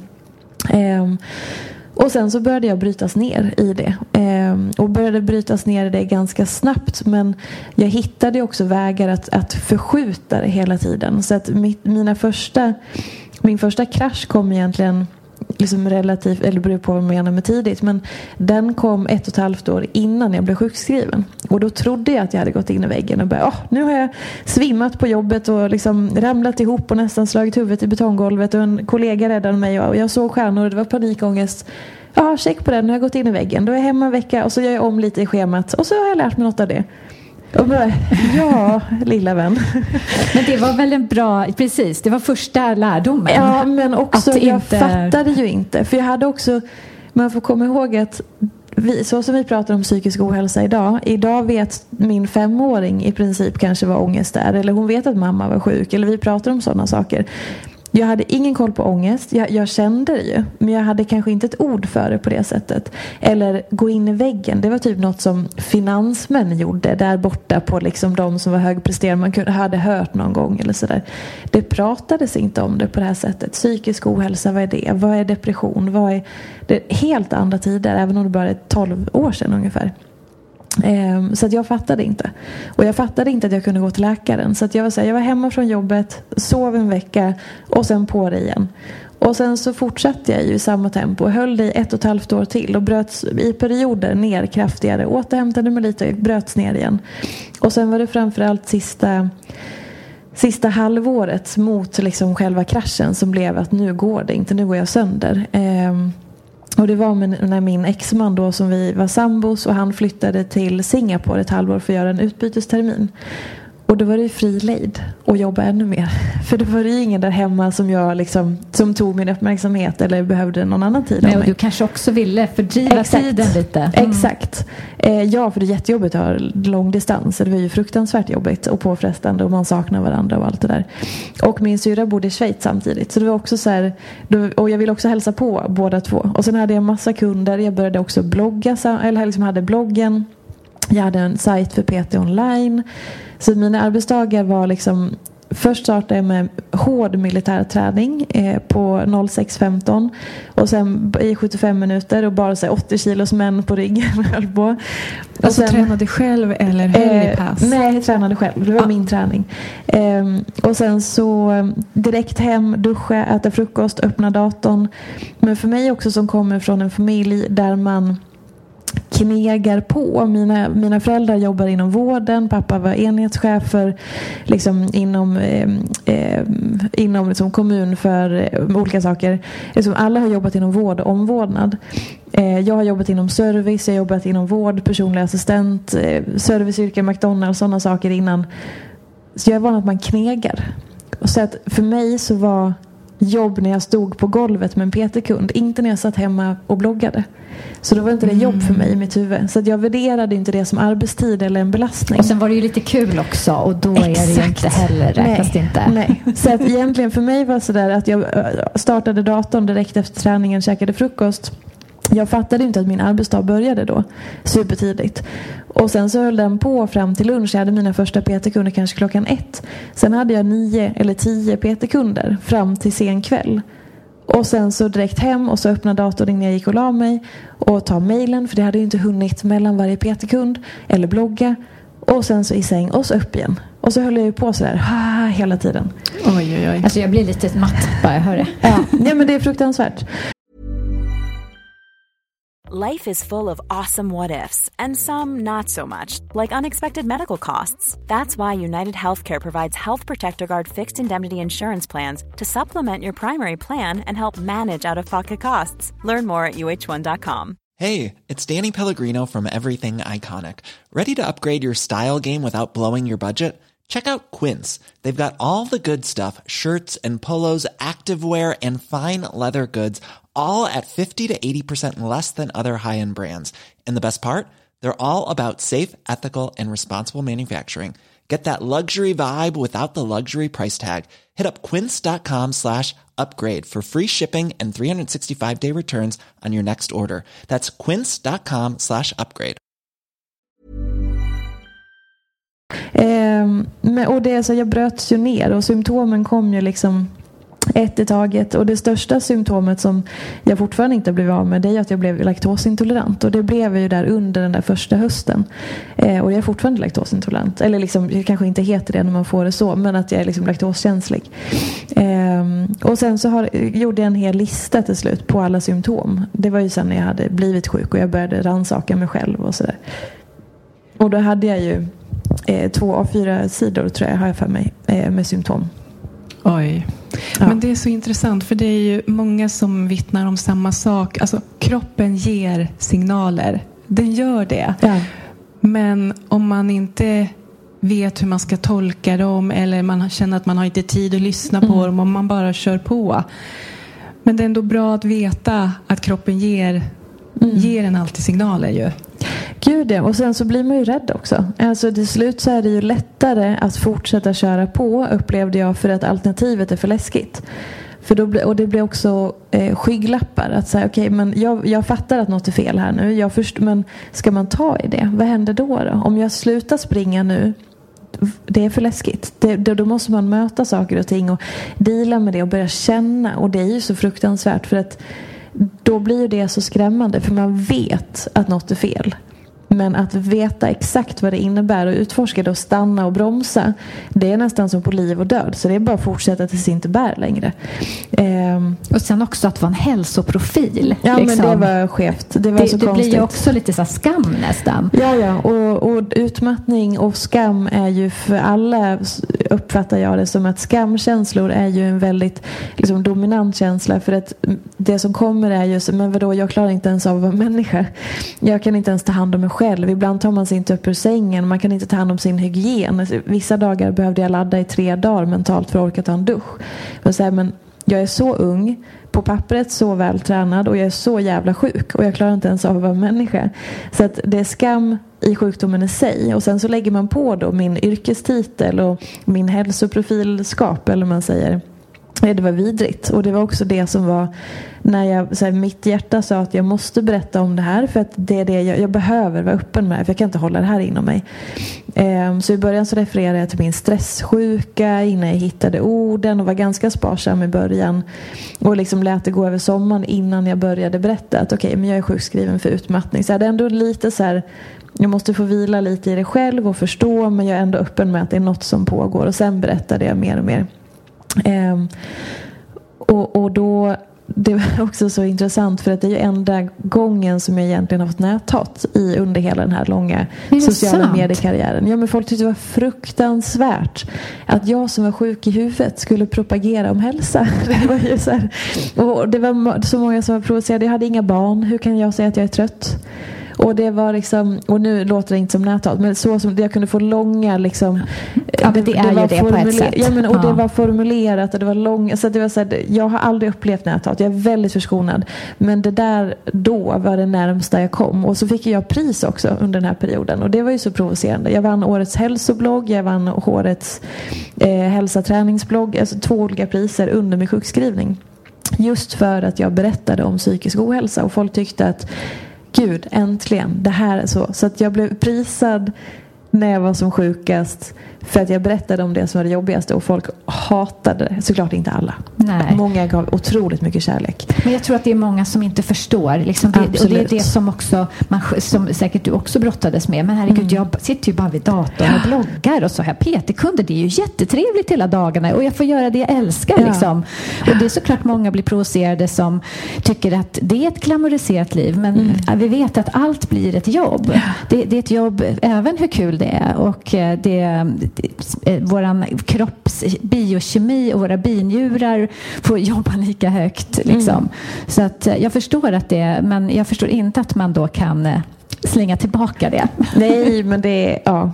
Ehm, och sen så började jag brytas ner i det. Ehm, och började brytas ner i det ganska snabbt, men jag hittade också vägar att, att förskjuta det hela tiden. Så att mitt, mina första, min första krasch kom egentligen liksom relativt, eller beror på vad man menar med tidigt, men den kom ett och ett halvt år innan jag blev sjukskriven. Och då trodde jag att jag hade gått in i väggen och bara, åh, nu har jag svimmat på jobbet och liksom ramlat ihop och nästan slagit huvudet i betonggolvet och en kollega räddade mig och jag såg stjärnor och det var panikångest. Ja, check på den, nu har jag gått in i väggen. Då är jag hemma en vecka och så gör jag om lite i schemat och så har jag lärt mig något av det. Och bara, ja, lilla vän. Men det var väl en bra, precis, det var första lärdomen. Ja, men också att jag inte... fattade ju inte. För jag hade också, man får komma ihåg att vi, så som vi pratar om psykisk ohälsa idag. Idag vet min femåring i princip kanske vad ångest är. Eller hon vet att mamma var sjuk. Eller vi pratar om sådana saker. Jag hade ingen koll på ångest. Jag, jag kände det ju. Men jag hade kanske inte ett ord för det på det sättet. Eller gå in i väggen. Det var typ något som finansmän gjorde. Där borta på liksom de som var högpresterande. Man kunde, hade hört någon gång eller sådär. Det pratades inte om det på det här sättet. Psykisk ohälsa, vad är det? Vad är depression? Vad är det? Helt andra tider. Även om det bara är tolv år sedan ungefär. Så att jag fattade inte. Och jag fattade inte att jag kunde gå till läkaren. Så att jag var så här, jag var hemma från jobbet, sov en vecka och sen på det igen. Och sen så fortsatte jag ju i samma tempo och höll det i ett och ett halvt år till och bröts i perioder ner kraftigare. Återhämtade mig lite och bröts ner igen. Och sen var det framförallt sista sista halvåret mot liksom själva kraschen som blev att nu går det inte, nu går jag sönder. Ehm Och det var med, när min exman då som vi var sambos och han flyttade till Singapore ett halvår för att göra en utbytestermin. Och då var det fri lejd och jobba ännu mer. För det var ju ingen där hemma som jag liksom, som tog min uppmärksamhet eller behövde någon annan tid av mig. Och du kanske också ville fördriva Exakt. tiden lite. Mm. Exakt. Eh, ja, för det är jättejobbigt att ha lång distans. Det var ju fruktansvärt jobbigt och påfrestande och man saknar varandra och allt det där. Och min syra bodde i Schweiz samtidigt. Så det var också så här, då, och jag ville också hälsa på båda två. Och sen hade jag en massa kunder. Jag började också blogga, eller liksom hade bloggen. Jag hade en sajt för P T online. Så mina arbetsdagar var liksom... Först startade jag med hård militärträning eh, på noll sex femton. Och sen i sjuttiofem minuter och bara så här, åttio kilos män på ryggen. Höll på. Och alltså sen, tränade du själv eller höll i pass? Eh, nej, jag tränade själv. Det var ah. min träning. Eh, och sen så direkt hem, duscha, äta frukost, öppna datorn. Men för mig också som kommer från en familj där man... knegar på. Mina, mina föräldrar jobbar inom vården. Pappa var enhetschef för, liksom, inom, eh, eh, inom liksom, kommun för eh, olika saker. Liksom, alla har jobbat inom vård och omvårdnad. Eh, jag har jobbat inom service, jag har jobbat inom vård, personlig assistent, eh, serviceyrken, McDonalds, sådana saker innan. Så jag är van att man knegar. Och så att för mig så var jobb när jag stod på golvet med en P T-kund, inte när jag satt hemma och bloggade. Så då var inte det jobb för mig i mitt huvud. Så att jag värderade inte det som arbetstid eller en belastning. Och sen var det ju lite kul också. Och då Exakt. Är det ju inte heller, räknas det inte. Nej. Så att egentligen för mig var det sådär att jag startade datorn direkt efter träningen, käkade frukost. jag fattade inte att min arbetsdag började då supertidigt. Och sen så höll den på fram till lunch. Jag hade mina första P T-kunder kanske klockan ett. Sen hade jag nio eller tio P T-kunder fram till sen kväll. Och sen så direkt hem och så öppnade datorn innan jag gick och la mig. Och ta mejlen, för det hade ju inte hunnit mellan varje P T-kund. Eller blogga. Och sen så i säng och så upp igen. Och så höll jag ju på sådär ha, hela tiden. Oj, oj, oj. Alltså jag blir lite matt bara jag hör det. Ja, ja, men det är fruktansvärt. Life is full of awesome what-ifs, and some not so much, like unexpected medical costs. That's why United Healthcare provides Health Protector Guard fixed indemnity insurance plans to supplement your primary plan and help manage out-of-pocket costs. Learn more at U H one dot com. Hey, it's Danny Pellegrino from Everything Iconic. Ready to upgrade your style game without blowing your budget? Check out Quince. They've got all the good stuff, shirts and polos, activewear, and fine leather goods, all at fifty to eighty percent less than other high-end brands. And the best part? They're all about safe, ethical, and responsible manufacturing. Get that luxury vibe without the luxury price tag. Hit up quince.com slash upgrade for free shipping and three sixty-five day returns on your next order. That's quince.com slash upgrade. Eh, och det är så jag bröts ju ner och symptomen kom ju liksom ett i taget, och det största symptomet som jag fortfarande inte blev av med, det är att jag blev laktosintolerant, och det blev jag ju där under den där första hösten, eh, och jag är fortfarande laktosintolerant, eller liksom, det kanske inte heter det när man får det så, men att jag är liksom laktoskänslig. eh, och sen så har, gjorde jag en hel lista till slut på alla symptom. Det var ju sen när jag hade blivit sjuk och jag började rannsaka mig själv och sådär, och då hade jag ju eh, två av fyra sidor tror jag har jag för mig eh, med symptom. Oj. Ja. Men det är så intressant, för det är ju många som vittnar om samma sak. Alltså kroppen ger signaler. Den gör det. Ja. Men om man inte vet hur man ska tolka dem, eller man känner att man har inte tid att lyssna på mm. dem, om man bara kör på. Men det är ändå bra att veta att kroppen ger, mm. ger en alltid signaler ju. Gud, ja. Och sen så blir man ju rädd också. Alltså till slut så är det ju lättare att fortsätta köra på, upplevde jag, för att alternativet är för läskigt. För då blir, och det blir också eh, skygglappar att säga okej, okay, men jag, jag fattar att något är fel här nu. Jag först, men ska man ta i det? Vad händer då då? Om jag slutar springa nu, det är för läskigt. Det, då, då måste man möta saker och ting och deala med det och börja känna. Och det är ju så fruktansvärt, för att då blir det så skrämmande, för man vet att något är fel. Men att veta exakt vad det innebär och utforska det och stanna och bromsa, det är nästan som på liv och död. Så det är bara att fortsätta tills det inte bär längre. Um, och sen också att vara en hälsoprofil. Ja, liksom. Men det var skevt. Det var det, så det konstigt. blir ju också lite så skam nästan. Ja, ja. Och, och utmattning och skam är ju för alla, uppfattar jag det som, att skamkänslor är ju en väldigt liksom, dominant känsla. För att det som kommer är ju så, men vadå, jag klarar inte ens av att vara människa. Jag kan inte ens ta hand om mig själv. Ibland tar man sig inte upp ur sängen. Man kan inte ta hand om sin hygien. Vissa dagar behövde jag ladda i tre dagar mentalt för att orka ta en dusch. Men, så här, men jag är så ung, på pappret så vältränad, och jag är så jävla sjuk och jag klarar inte ens av att vara människa. Så att det är skam i sjukdomen i sig. Och sen så lägger man på då min yrkestitel och min hälsoprofilskap, eller man säger. Det var vidrigt. Och det var också det som var när jag, så här, mitt hjärta sa att jag måste berätta om det här, för att det är det jag, jag behöver vara öppen med, för jag kan inte hålla det här inom mig. Um, så i början så refererade jag till min stresssjuka innan jag hittade orden, och var ganska sparsam i början och liksom lät det gå över sommaren innan jag började berätta att okej, okay, men jag är sjukskriven för utmattning. Så jag hade ändå lite så här, jag måste få vila lite i det själv och förstå, men jag är ändå öppen med att det är något som pågår, och sen berättade jag mer och mer. Um, och, och då det var också så intressant, för att det är ju enda gången som jag egentligen har fått näthat i under hela den här långa sociala mediekarriären. Ja, men folk tyckte det var fruktansvärt att jag som var sjuk i huvudet skulle propagera om hälsa. Det var ju så här, och det var så många som var provocerade. Jag hade inga barn, hur kan jag säga att jag är trött? Och det var liksom, och nu låter det inte som näthat, men så som jag kunde få långa liksom, ja, det, det är det ju det på ett sätt. Ja, men, och ja. det var formulerat och det var långt, så det var så här, jag har aldrig upplevt näthat, jag är väldigt förskonad, men det där då var det närmsta jag kom. Och så fick jag pris också under den här perioden, och det var ju så provocerande. Jag vann årets hälsoblogg, jag vann årets eh, hälsaträningsblogg, alltså två olika priser under min sjukskrivning. Just för att jag berättade om psykisk ohälsa. Och folk tyckte att gud, äntligen, det här är så. Så att jag blev prisad när jag var som sjukast för att jag berättade om det som var det jobbigaste. Och folk hatade det. Såklart inte alla. Nej. Många gav otroligt mycket kärlek. Men jag tror att det är många som inte förstår. Liksom det, och det är det som också man, som säkert du också brottades med. Men herregud, mm. jag sitter ju bara vid datorn och bloggar och så här. P T-kunder, det är ju jättetrevligt hela dagarna. Och jag får göra det jag älskar. Ja. Liksom. Och det är såklart många blir provocerade som tycker att det är ett glamoriserat liv. Men mm. vi vet att allt blir ett jobb. Ja. Det, det är ett jobb, även hur kul det är. Och det, det våran kropps biokemi och våra binjurar får jobba lika högt liksom. Mm. Så att jag förstår att det, men jag förstår inte att man då kan slänga tillbaka det. Nej, men det är ja.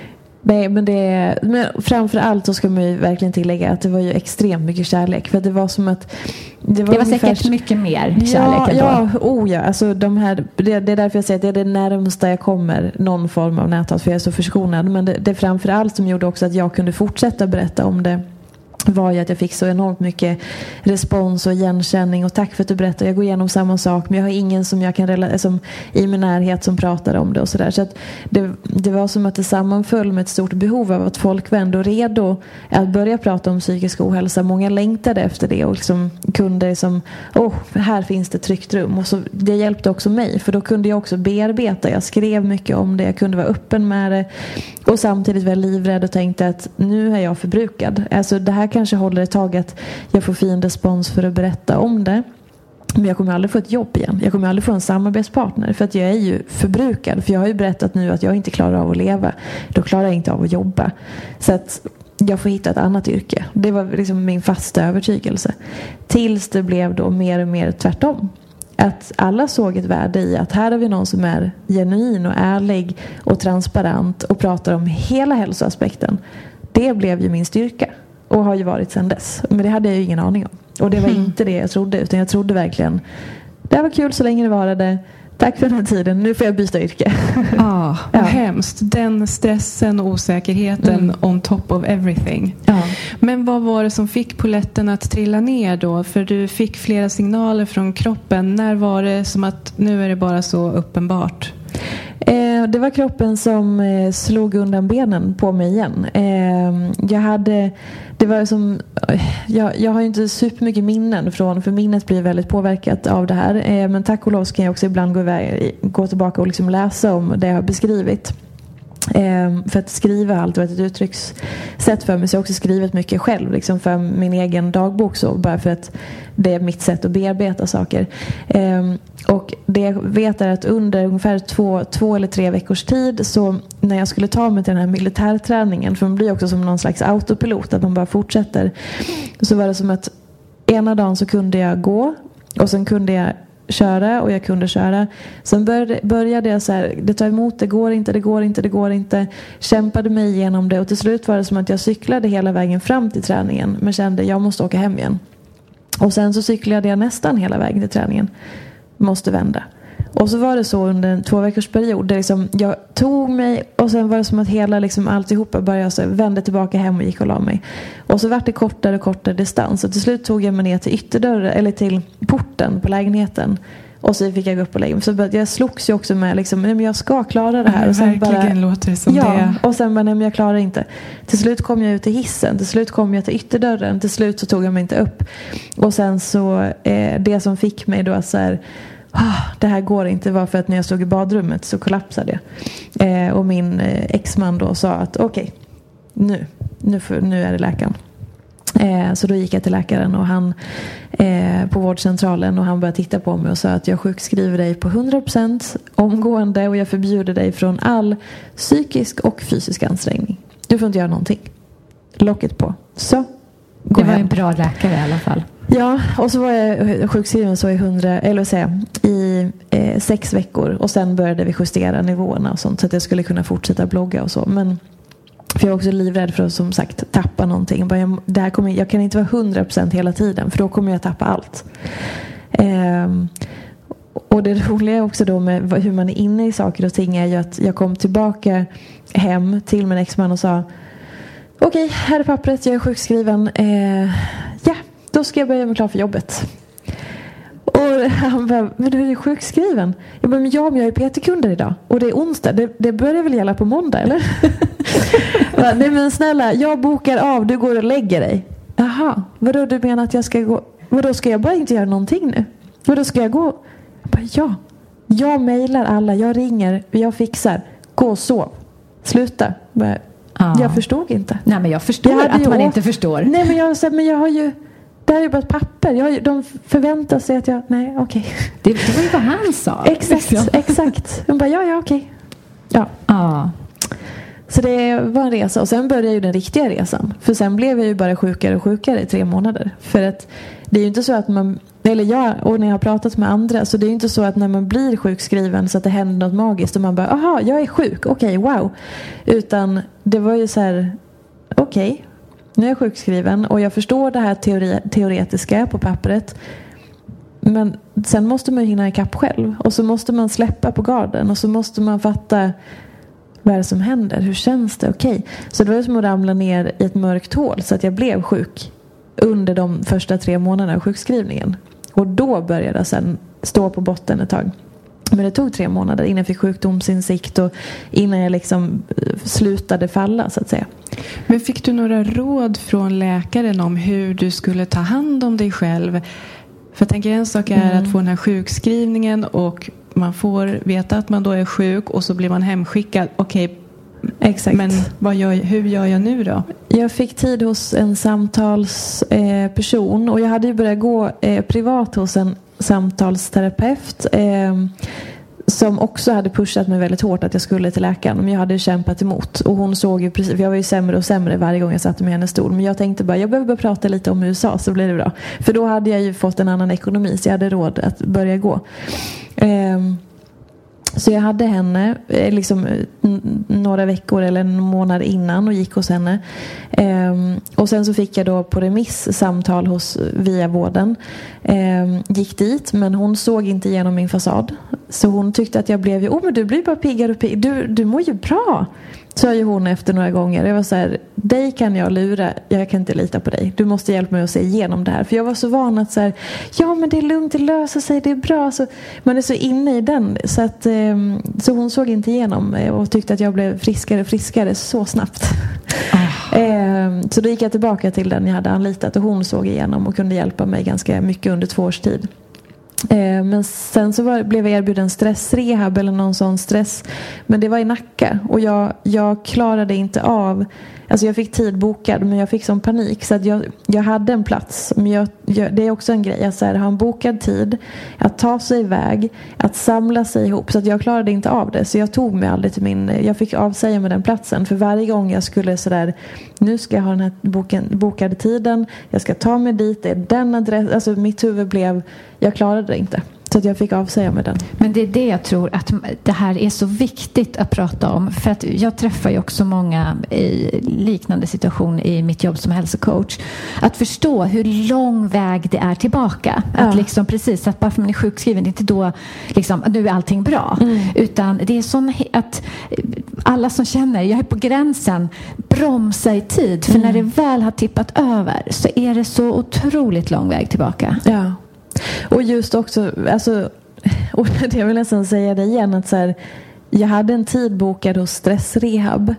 Nej, men det men framförallt så ska man ju verkligen tillägga att det var ju extremt mycket kärlek, för det var som att det var, det var säkert så, mycket mer kärlek ja, ändå. Ja, oh ja, alltså de här, det, det är därför jag säger att det är det närmsta jag kommer någon form av näthat, för jag är så förskonad. Men det, det framförallt som gjorde också att jag kunde fortsätta berätta om det var ju att jag fick så enormt mycket respons och igenkänning, och tack för att du berättar, jag går igenom samma sak, men jag har ingen som jag kan rela- som i min närhet som pratar om det och sådär. Så att det, det var som att det sammanföll med ett stort behov av att folk var ändå redo att börja prata om psykisk ohälsa. Många längtade efter det och liksom kunde som, åh, oh, här finns det tryggt rum. Och så, det hjälpte också mig, för då kunde jag också bearbeta. Jag skrev mycket om det, jag kunde vara öppen med det, och samtidigt var jag livrädd och tänkte att nu är jag förbrukad. Alltså det här kanske håller ett tag att jag får fin respons för att berätta om det. Men jag kommer aldrig få ett jobb igen. Jag kommer aldrig få en samarbetspartner, för att jag är ju förbrukad. För jag har ju berättat nu att jag inte klarar av att leva. Då klarar jag inte av att jobba. Så att jag får hitta ett annat yrke. Det var liksom min fasta övertygelse. Tills det blev då mer och mer tvärtom. Att alla såg ett värde i att här har vi någon som är genuin och ärlig och transparent och pratar om hela hälsoaspekten. Det blev ju min styrka. Och har ju varit sedan dess. Men det hade jag ju ingen aning om. Och det var mm. inte det jag trodde. Utan jag trodde verkligen, det här var kul så länge det varade. Tack för den här tiden. Nu får jag byta yrke. Ah, vad ja. hemskt. Den stressen och osäkerheten mm. on top of everything. Ja. Men vad var det som fick poletten att trilla ner då? För du fick flera signaler från kroppen. När var det som att nu är det bara så uppenbart? Eh, det var kroppen som eh, slog undan benen på mig igen. Eh, jag hade, det var som, eh, jag, jag har ju inte supermycket minnen från, för minnet blir väldigt påverkat av det här. Eh, men tack och lov kan jag också ibland gå, iväg, gå tillbaka och liksom läsa om det jag har beskrivit. Eh, för att skriva har alltid varit ett uttryckssätt för mig, så jag har också skrivit mycket själv liksom för min egen dagbok, så bara för att det är mitt sätt att bearbeta saker. Eh, och det jag vet är att under ungefär två, två eller tre veckors tid, så när jag skulle ta mig till den här militärträningen, för man blir också som någon slags autopilot, att man bara fortsätter, så var det som att ena dagen så kunde jag gå, och sen kunde jag köra, och jag kunde köra. Sen började, började jag så här, det tar emot, det går inte, det går inte, det går inte. Kämpade mig igenom det, och till slut var det som att jag cyklade hela vägen fram till träningen, men kände jag måste åka hem igen. Och sen så cyklade jag nästan hela vägen till träningen. Måste vända. Och så var det så under en två veckors period där liksom jag tog mig, och sen var det som att hela liksom alltihopa började så vände tillbaka hem och gick och la mig. Och så var det kortare och kortare distans, och till slut tog jag mig ner till ytterdörren, eller till porten på lägenheten. Och så fick jag gå upp och lägga mig. Så jag slogs ju också med liksom, nej men jag ska klara det här. Ja, och sen verkligen bara, låter det som ja, det. Och sen bara, nej men jag klarar inte. Till slut kom jag ut till hissen. Till slut kom jag till ytterdörren. Till slut så tog jag mig inte upp. Och sen så, eh, det som fick mig då att så här, ah, det här går inte, var för att när jag stod i badrummet så kollapsade jag. Eh, och min eh, exman då sa att okej, okay, nu, nu, för, nu är det läkaren. Eh, så då gick jag till läkaren, och han eh, på vårdcentralen, och han började titta på mig och sa att jag sjukskriver dig på hundra procent omgående, och jag förbjuder dig från all psykisk och fysisk ansträngning. Du får inte göra någonting. Locket på. Så, gå det var hem. En bra läkare i alla fall. Ja, och så var jag sjukskriven så i hundra, eller vad säga, i eh, sex veckor, och sen började vi justera nivåerna och sånt, så att jag skulle kunna fortsätta blogga och så. Men för jag är också livrädd för att, som sagt, tappa någonting. Bara jag, det här kommer, jag kan inte vara hundra procent hela tiden, för då kommer jag tappa allt. Ehm, och det roliga också då med hur man är inne i saker och ting är ju att jag kom tillbaka hem till min exman och sa okej, okay, här är pappret, jag är sjukskriven. Ehm, ja, då ska jag börja mig klar för jobbet. Och han bara, men du är sjukskriven. Jag bara, men ja, men jag är P T-kunder idag. Och det är onsdag, det, det börjar väl gälla på måndag, eller? bara, nej men snälla, jag bokar av, du går och lägger dig. Jaha, vadå du menar att jag ska gå? Vadå ska jag bara inte göra någonting nu? Vadå ska jag gå? Jag bara, ja. Jag mejlar alla, jag ringer, jag fixar. Gå och sov. Sluta. Bara, ja. Jag förstod inte. Nej, men jag förstår jag att man å... inte förstår. Nej, men jag sa, men jag har ju... Det här är ju bara ett papper. Jag har ju, de förväntar sig att jag... Nej, okej. Okay. Det, det var ju vad han sa. Exakt, liksom. exakt. De bara, ja, ja, okej. Okay. Ja. Ja. Så det var en resa. Och sen började ju den riktiga resan. För sen blev jag ju bara sjukare och sjukare i tre månader. För att det är ju inte så att man... Eller jag, och när jag har pratat med andra, så det är ju inte så att när man blir sjukskriven så att det händer något magiskt och man bara, aha, jag är sjuk, okej, okay, wow. Utan det var ju så här, okej, okay, nu är jag sjukskriven och jag förstår det här teori, teoretiska på pappret. Men sen måste man ju hinna ikapp själv. Och så måste man släppa på garden och så måste man fatta vad är det som händer, hur känns det, okej. Okay. Så det var ju som att ramla ner i ett mörkt hål så att jag blev sjuk under de första tre månaderna av sjukskrivningen. Och då började jag sen stå på botten ett tag. Men det tog tre månader innan jag fick sjukdomsinsikt och innan jag liksom slutade falla, så att säga. Men fick du några råd från läkaren om hur du skulle ta hand om dig själv? För jag tänker en sak är mm. att få den här sjukskrivningen och man får veta att man då är sjuk och så blir man hemskickad. Okej, okay. Exakt. Men vad gör, hur gör jag nu då? Jag fick tid hos en samtalsperson eh, och jag hade ju börjat gå eh, privat hos en samtalsterapeut eh, som också hade pushat mig väldigt hårt att jag skulle till läkaren. Men jag hade kämpat emot. Och hon såg ju precis, för jag var ju sämre och sämre varje gång jag satte mig i hennes stol. Men jag tänkte bara, jag behöver bara prata lite om U S A så blir det bra. För då hade jag ju fått en annan ekonomi så jag hade råd att börja gå. Eh, Så jag hade henne liksom några veckor eller en månad innan och gick hos henne. Ehm, och sen så fick jag då på remiss samtal hos via vården. Ehm, gick dit, men hon såg inte igenom min fasad. Så hon tyckte att jag blev ju, åh oh, men du blir bara piggare och piggare. Du, du mår ju bra. Sa ju hon efter några gånger. Jag var så här, dig kan jag lura. Jag kan inte lita på dig. Du måste hjälpa mig att se igenom det här. För jag var så van att så här, ja men det är lugnt, det löser sig, det är bra. Så man är så inne i den. Så, att, så hon såg inte igenom och tyckte att jag blev friskare och friskare så snabbt. Oh. Så då gick jag tillbaka till den jag hade anlitat. Och hon såg igenom och kunde hjälpa mig ganska mycket under två års tid. Men sen så var, blev jag erbjuden stressrehab eller någon sån stress. Men det var i Nacka. Och jag, jag klarade inte av. Alltså jag fick tid bokad, men jag fick sån panik. Så att jag, jag hade en plats. Men jag, jag, det är också en grej. Att så här, ha en bokad tid. Att ta sig iväg. Att samla sig ihop. Så att jag klarade inte av det. Så jag tog mig aldrig till min... Jag fick avsäga med den platsen. För varje gång jag skulle sådär... Nu ska jag ha den här boken, bokade tiden. Jag ska ta mig dit. Det är den adress. Alltså mitt huvud blev... Jag klarade det inte. Så att jag fick avsäga med den. Men det är det jag tror att det här är så viktigt att prata om. För att jag träffar ju också många i liknande situation i mitt jobb som hälsocoach. Att förstå hur lång väg det är tillbaka. Ja. Att liksom precis, att bara för man är sjukskriven, det är inte då liksom, nu är allting bra. Mm. Utan det är sån att alla som känner, jag är på gränsen, bromsa i tid. För mm. när det väl har tippat över så är det så otroligt lång väg tillbaka. Ja. Och just också, alltså, och jag vill nästan säga det igen, att så här, jag hade en tid bokad hos stressrehab.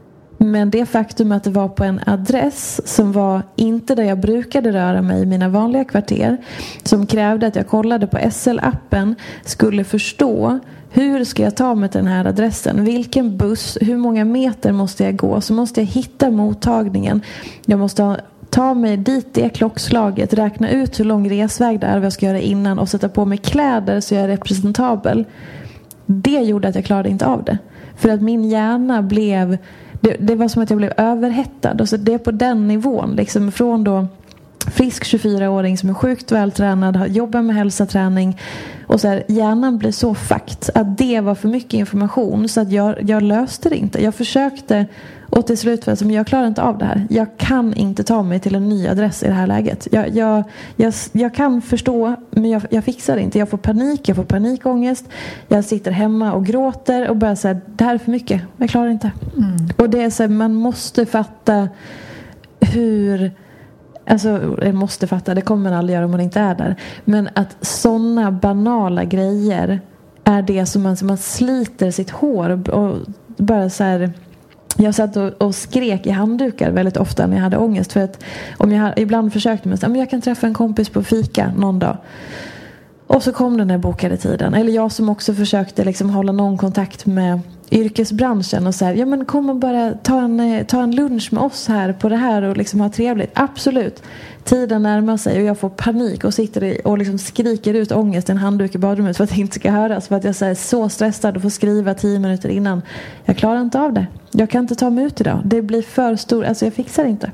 Men det faktum att det var på en adress som var inte där jag brukade röra mig i mina vanliga kvarter, som krävde att jag kollade på S L-appen, skulle förstå hur ska jag ta mig till den här adressen, vilken buss, hur många meter måste jag gå, så måste jag hitta mottagningen, jag måste ha ta mig dit det klockslaget, räkna ut hur lång resväg det är, vad jag ska göra innan och sätta på mig kläder så jag är representabel. Det gjorde att jag klarade inte av det. För att min hjärna blev, det, det var som att jag blev överhettad. Och så det är på den nivån, liksom från då frisk tjugofyraåring som är sjukt vältränad, jobbar med hälsoträning och så här, hjärnan blir så fakt att det var för mycket information så att jag, jag löste det inte. Jag försökte och till slut var det som, jag klarar inte av det här. Jag kan inte ta mig till en ny adress i det här läget. Jag, jag, jag, jag kan förstå, men jag, jag fixar det inte. Jag får panik, jag får panikångest. Jag sitter hemma och gråter och bara säger, det här är för mycket. Jag klarar inte. Mm. Och det är så här, man måste fatta hur... Alltså, jag måste fatta, det kommer man aldrig göra om man inte är där. Men att sådana banala grejer är det som man, som man sliter sitt hår och bara så här. Jag satt och, och skrek i handdukar väldigt ofta när jag hade ångest. För att om jag ibland försökte med att jag kan träffa en kompis på fika någon dag. Och så kom den här bokade tiden. Eller jag som också försökte liksom hålla någon kontakt med yrkesbranschen. Och så här, ja men kom och bara ta en, ta en lunch med oss här på det här och liksom ha trevligt. Absolut. Tiden närmar sig och jag får panik och sitter och liksom skriker ut ångest i en handduk i badrummet för att det inte ska höras. För att jag är så stressad och får skriva tio minuter innan. Jag klarar inte av det. Jag kan inte ta mig ut idag. Det blir för stor, alltså jag fixar inte.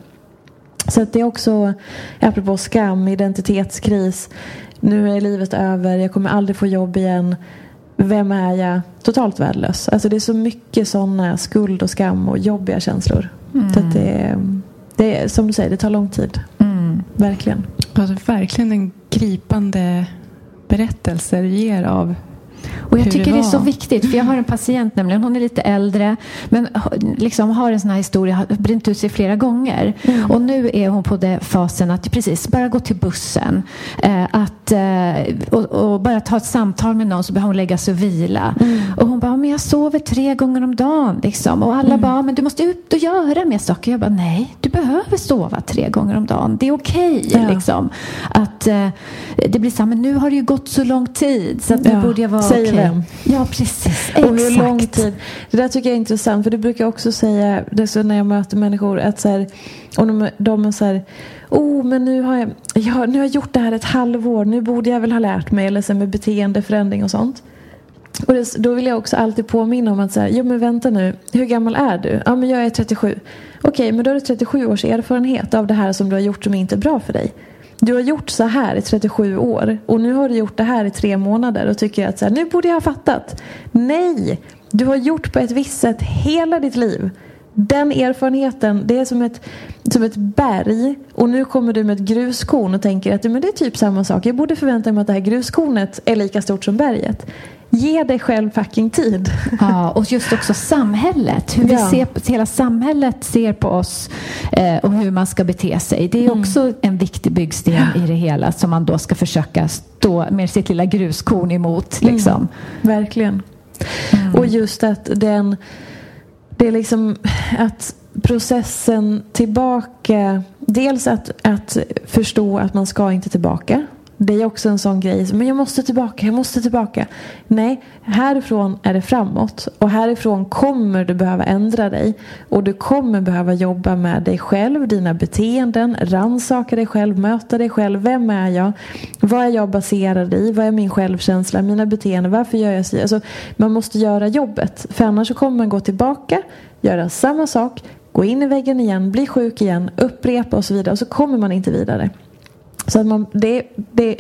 Så att det är också, apropå skam, identitetskris. Nu är livet över, jag kommer aldrig få jobb igen. Vem är jag? Totalt värdelös. Alltså det är så mycket sådana skuld och skam och jobbiga känslor. Mm. Så att det, det är, som du säger, det tar lång tid. Mm. Verkligen. Alltså verkligen en gripande berättelse du ger av. Och jag tycker det, det är så viktigt, för jag har en patient nämligen, hon är lite äldre men liksom har en sån här historia, har bränt ut sig flera gånger. Mm. Och nu är hon på det fasen att precis bara gå till bussen eh, att, eh, och, och bara ta ett samtal med någon, så behöver hon lägga sig och vila. Mm. Och hon bara, men jag sover tre gånger om dagen liksom. Och alla mm. bara, men du måste ut och göra mer saker. Jag bara, nej, du behöver sova tre gånger om dagen. Det är okej okay, ja. liksom. Att eh, det blir så här, men nu har det ju gått så lång tid så att nu ja. borde jag vara Säger okay. vem? Ja, precis. Och Exakt. hur lång tid. Det där tycker jag är intressant, för det brukar jag också säga, det är så när jag möter människor att så här, och de, de är så här, oh men nu har jag, jag nu har jag gjort det här ett halvår, nu borde jag väl ha lärt mig, eller så med beteendeförändring och sånt. Och det, då vill jag också alltid påminna om att så här, jo men vänta nu, hur gammal är du? Ja men jag är trettiosju. Okej, men då är det trettiosju års erfarenhet av det här som du har gjort som inte är bra för dig. Du har gjort så här i trettiosju år och nu har du gjort det här i tre månader och tycker att så här, nu borde jag ha fattat. Nej, du har gjort på ett visst sätt hela ditt liv. Den erfarenheten, det är som ett, som ett berg, och nu kommer du med ett gruskorn och tänker att men det är typ samma sak. Jag borde förvänta mig att det här gruskornet är lika stort som berget. Ge dig själv fucking tid. Ja, och just också samhället. Hur vi ja. ser på, hela samhället ser på oss eh, och hur man ska bete sig. Det är mm. också en viktig byggsten ja. i det hela som man då ska försöka stå med sitt lilla gruskorn emot. Liksom. Mm. Verkligen. Mm. Och just att den, det är liksom att processen tillbaka, dels att, att förstå att man ska inte tillbaka. Det är också en sån grej som, men jag måste tillbaka, jag måste tillbaka. Nej, härifrån är det framåt. Och härifrån kommer du behöva ändra dig. Och du kommer behöva jobba med dig själv, dina beteenden, rannsaka dig själv, möta dig själv. Vem är jag? Vad är jag baserad i? Vad är min självkänsla, mina beteenden? Varför gör jag så? Alltså, man måste göra jobbet. För annars så kommer man gå tillbaka, göra samma sak, gå in i väggen igen, bli sjuk igen, upprepa och så vidare. Och så kommer man inte vidare. Så att man, det, det,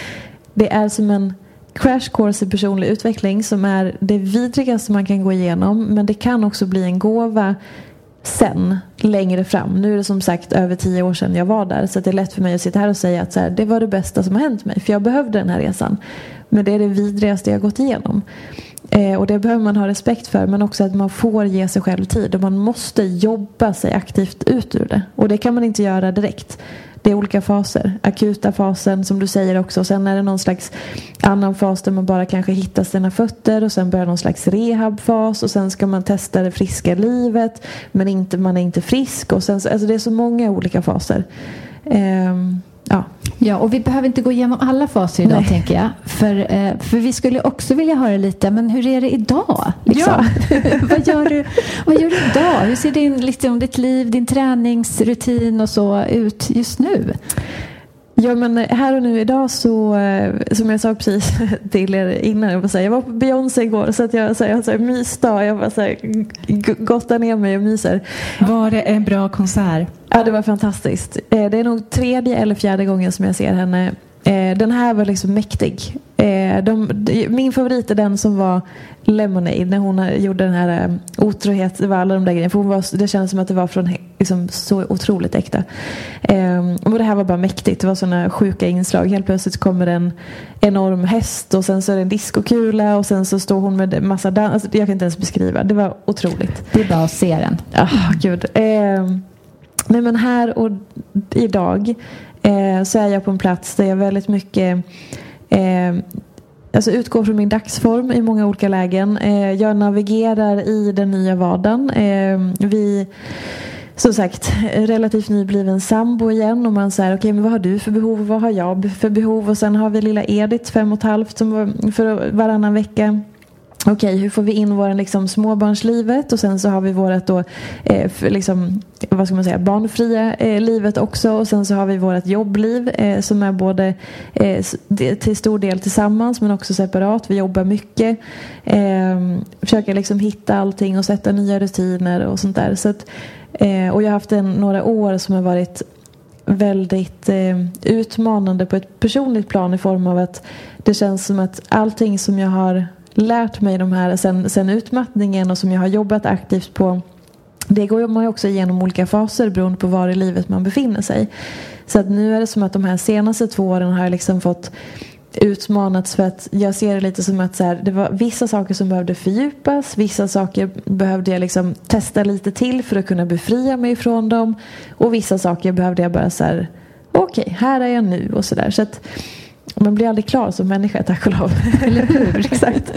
det är som en crash course i personlig utveckling som är det vidrigaste man kan gå igenom. Men det kan också bli en gåva sen, längre fram. Nu är det som sagt över tio år sedan jag var där. Så att det är lätt för mig att sitta här och säga att så här, det var det bästa som har hänt mig. För jag behövde den här resan. Men det är det vidrigaste jag har gått igenom. Eh, och det behöver man ha respekt för. Men också att man får ge sig själv tid. Och man måste jobba sig aktivt ut ur det. Och det kan man inte göra direkt. Det är olika faser. Akuta fasen som du säger också. Och sen är det någon slags annan fas där man bara kanske hittar sina fötter. Och sen börjar någon slags rehabfas. Och sen ska man testa det friska livet. Men inte, man är inte frisk. Och sen, alltså det är så många olika faser. Ehm, ja. Ja, och vi behöver inte gå igenom alla faser idag. Nej. Tänker jag. För, eh, för vi skulle också vilja höra lite, men hur är det idag? Liksom? Ja. vad, gör du, vad gör du idag? Hur ser din, liksom, ditt liv, din träningsrutin och så ut just nu? Ja, men här och nu idag så, som jag sa precis till er innan, jag, säga, jag var på Beyoncé igår så att jag, så jag har så här, mysdag, jag bara så här, gottar ner mig och myser. Var det en bra konsert? Ja, det var fantastiskt. Det är nog tredje eller fjärde gången som jag ser henne. Den här var liksom mäktig. De, min favorit är den som var Lemonade, när hon gjorde den här otrohet, det var alla de där grejerna, för hon var, det kändes som att det var från liksom, så otroligt äkta. Och det här var bara mäktigt. Det var såna sjuka inslag. Helt plötsligt kommer en enorm häst och sen så är det en diskokula och sen så står hon med massa dans. Alltså, jag kan inte ens beskriva. Det var otroligt. Det är bara att se den. Ja, oh, gud. nej men här och idag eh, så är jag på en plats där jag väldigt mycket eh, alltså utgår från min dagsform i många olika lägen. Eh, jag navigerar i den nya vardagen. Eh, vi, som sagt, relativt nybliven sambo igen. Och man säger, okej, okay, men vad har du för behov? Vad har jag för behov? Och sen har vi lilla Edith, fem och ett halvt, som var för varannan vecka. Okej, okay, hur får vi in våran liksom småbarnslivet? Och sen så har vi vårat då eh, för, liksom, vad ska man säga, barnfria eh, livet också. Och sen så har vi vårat jobbliv eh, som är både eh, till stor del tillsammans men också separat. Vi jobbar mycket. Eh, försöker liksom hitta allting och sätta nya rutiner och sånt där. Så att, eh, och jag har haft en, några år som har varit väldigt eh, utmanande på ett personligt plan i form av att det känns som att allting som jag har lärt mig de här sen, sen utmattningen och som jag har jobbat aktivt på, det går man ju också igenom olika faser beroende på var i livet man befinner sig. Så att nu är det som att de här senaste två åren har jag liksom fått utmanats för att jag ser det lite som att så här, det var vissa saker som behövde fördjupas, vissa saker behövde jag liksom testa lite till för att kunna befria mig från dem, och vissa saker behövde jag bara så här, okej, okay, här är jag nu och sådär. Så att man blir aldrig klar som människa, tack och lov. Eller hur? Exakt.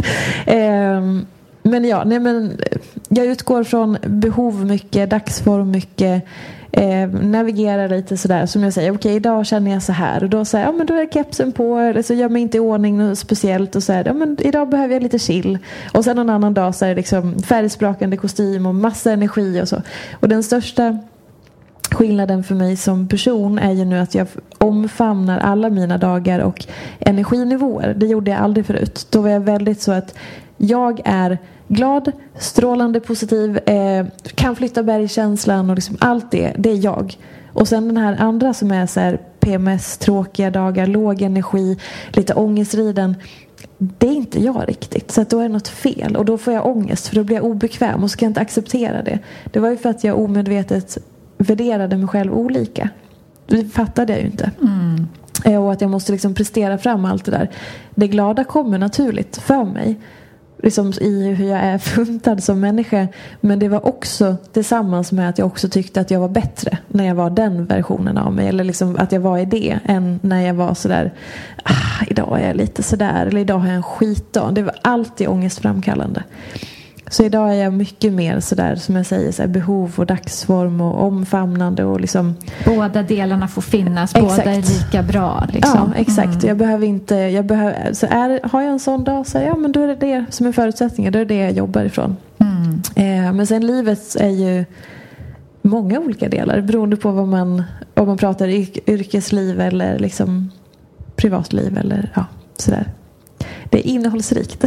Um, men ja, nej men jag utgår från behov mycket, dagsform mycket, eh, navigerar lite sådär, som jag säger, okej, okay, idag känner jag så här, och då säger ja men då är kepsen på, eller så gör mig inte i ordning något speciellt och säger ja men idag behöver jag lite chill, och sen en annan dag så är det liksom färgsprakande kostym och massa energi och så. Och den största skillnaden för mig som person är ju nu att jag omfamnar alla mina dagar och energinivåer. Det gjorde jag aldrig förut. Då var jag väldigt så att jag är glad, strålande positiv, eh, kan flytta bergkänslan och liksom allt det, det är jag. Och sen den här andra som är så här P M S, tråkiga dagar, låg energi, lite ångestriden, det är inte jag riktigt. Så att då är det något fel och då får jag ångest, för då blir jag obekväm och ska inte acceptera det. Det var ju för att jag omedvetet värderade mig själv olika. Det fattade jag ju inte. Mm. Och att jag måste liksom prestera fram allt det där. Det glada kommer naturligt för mig. Liksom i hur jag är funtad som människa. Men det var också tillsammans med att jag också tyckte att jag var bättre när jag var den versionen av mig. Eller liksom att jag var i det än när jag var sådär, ah, idag är jag lite sådär. Eller idag har jag en skitdag. Det var alltid ångestframkallande. Så idag är jag mycket mer sådär, som jag säger, så här, behov och dagsform och omfamnande och liksom båda delarna får finnas, exakt. Båda är lika bra liksom. Ja, exakt. Mm. Jag behöver inte jag behöver, så är, har jag en sån dag så ja, men då är det det som är förutsättningen, då är det det jag jobbar ifrån. Mm. Eh, men sen livet är ju många olika delar beroende på vad man, om man pratar yrkesliv eller liksom privatliv eller ja, sådär. Det är innehållsrikt.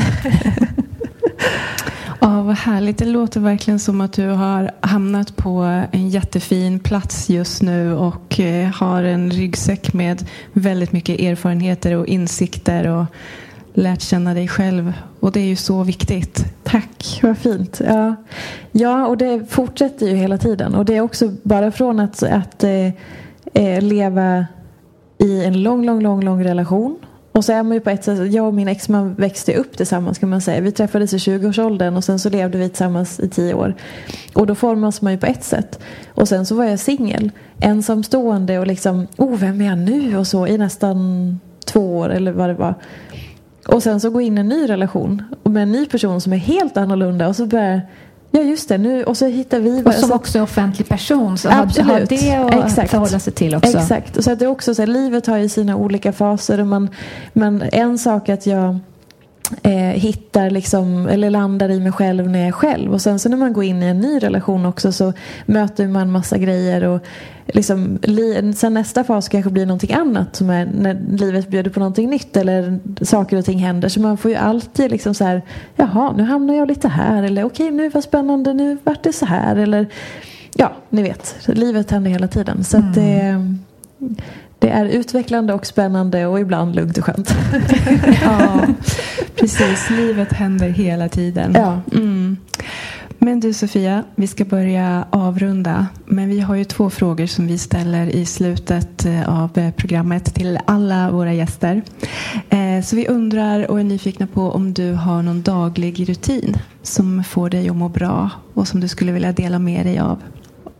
Ja, vad härligt. Det låter verkligen som att du har hamnat på en jättefin plats just nu och har en ryggsäck med väldigt mycket erfarenheter och insikter och lärt känna dig själv. Och det är ju så viktigt. Tack, vad fint. Ja, ja, och det fortsätter ju hela tiden. Och det är också bara från att, att eh, leva i en lång, lång, lång, lång relation. Och så är man ju på ett sätt, jag och min exman växte upp tillsammans kan man säga. Vi träffades i tjugoårsåldern och sen så levde vi tillsammans i tio år. Och då formas man ju på ett sätt. Och sen så var jag singel, ensamstående och liksom, oh vem är jag nu? Och så i nästan två år eller vad det var. Och sen så gå in i en ny relation med en ny person som är helt annorlunda och så börjar, ja just det, nu, och så hittar vi... Och som så, också är offentlig person, så absolut, har det att exakt. förhålla sig till också. Exakt, och så att det är också så här, livet har ju sina olika faser och man, men en sak att jag eh, hittar liksom, eller landar i mig själv när jag är själv, och sen så när man går in i en ny relation också så möter man massa grejer och liksom, li, sen nästa fas kanske blir någonting annat som är när livet bjuder på någonting nytt eller saker och ting händer, så man får ju alltid liksom så här, jaha, nu hamnar jag lite här, eller okej, nu var spännande, nu vart det så här, eller ja, ni vet, livet händer hela tiden, så mm. att det, det är utvecklande och spännande och ibland lugnt och skönt. Ja, precis, livet händer hela tiden. Ja. Mm. Men du Sofia, vi ska börja avrunda. Men vi har ju två frågor som vi ställer i slutet av programmet till alla våra gäster. Så vi undrar och är nyfikna på om du har någon daglig rutin som får dig att må bra och som du skulle vilja dela med dig av. Oh,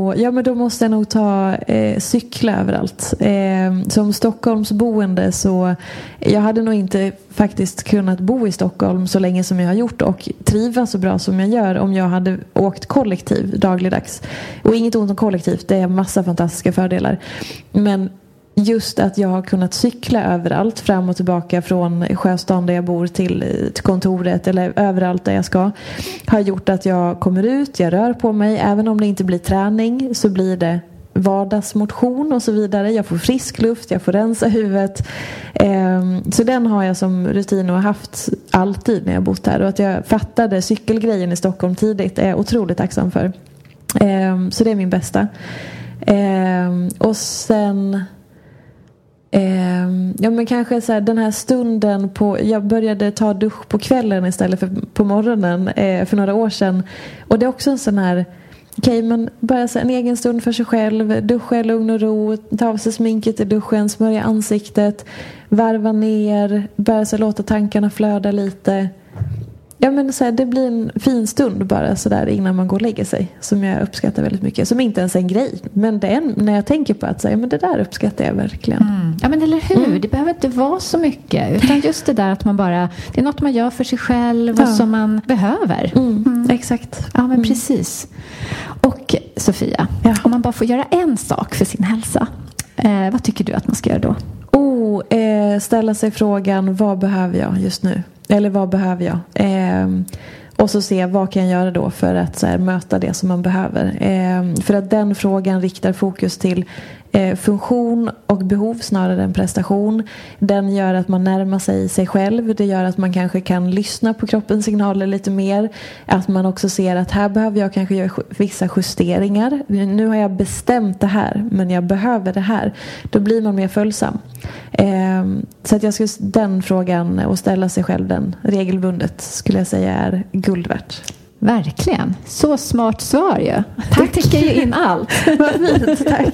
då, ja, men då måste jag nog ta eh, cykla överallt. Eh, som Stockholmsboende så jag hade nog inte faktiskt kunnat bo i Stockholm så länge som jag har gjort och trivas så bra som jag gör om jag hade åkt kollektiv dagligdags. Och inget ont om kollektivt, det är massa fantastiska fördelar. Men just att jag har kunnat cykla överallt fram och tillbaka från Sjöstan där jag bor till, till kontoret eller överallt där jag ska har gjort att jag kommer ut, jag rör på mig, även om det inte blir träning så blir det vardagsmotion och så vidare. Jag får frisk luft, jag får rensa huvudet. Så den har jag som rutin och har haft alltid när jag bott här. Och att jag fattade cykelgrejen i Stockholm tidigt är jag otroligt tacksam för. Så det är min bästa. Och sen ja, men kanske så här, den här stunden på, jag började ta dusch på kvällen istället för på morgonen för några år sedan. Och det är också en sån här okej, men bara så en egen stund för sig själv, duscha i lugn och ro, ta av sig sminket i duschen, smörja ansiktet, varva ner, börja så låta tankarna flöda lite. Ja, men så här, det blir en fin stund bara så där innan man går och lägger sig som jag uppskattar väldigt mycket, som inte ens är en grej, men det är en, när jag tänker på att säga, men det där uppskattar jag verkligen. Mm. Ja, men eller hur? Mm. Det behöver inte vara så mycket, utan just det där att man bara, det är något man gör för sig själv och ja. Som man behöver. Mm. Mm. Exakt. Ja, men mm. precis. Och Sofia, ja. Om man bara får göra en sak för sin hälsa, eh, vad tycker du att man ska göra då? Oh, eh, ställa sig frågan, vad behöver jag just nu? Eller vad behöver jag? Eh, och så se vad kan jag göra då för att så här, möta det som man behöver. Eh, för att den frågan riktar fokus till eh, funktion och behov snarare än prestation. Den gör att man närmar sig sig själv. Det gör att man kanske kan lyssna på kroppens signaler lite mer. Att man också ser att här behöver jag kanske göra vissa justeringar. Nu har jag bestämt det här, men jag behöver det här. Då blir man mer följsam. Eh, så att jag skulle, den frågan och ställa sig själv den regelbundet skulle jag säga är guld värt. Verkligen. Så smart svar ju. Tack. Det täcker ju in allt. Vad fint, tack.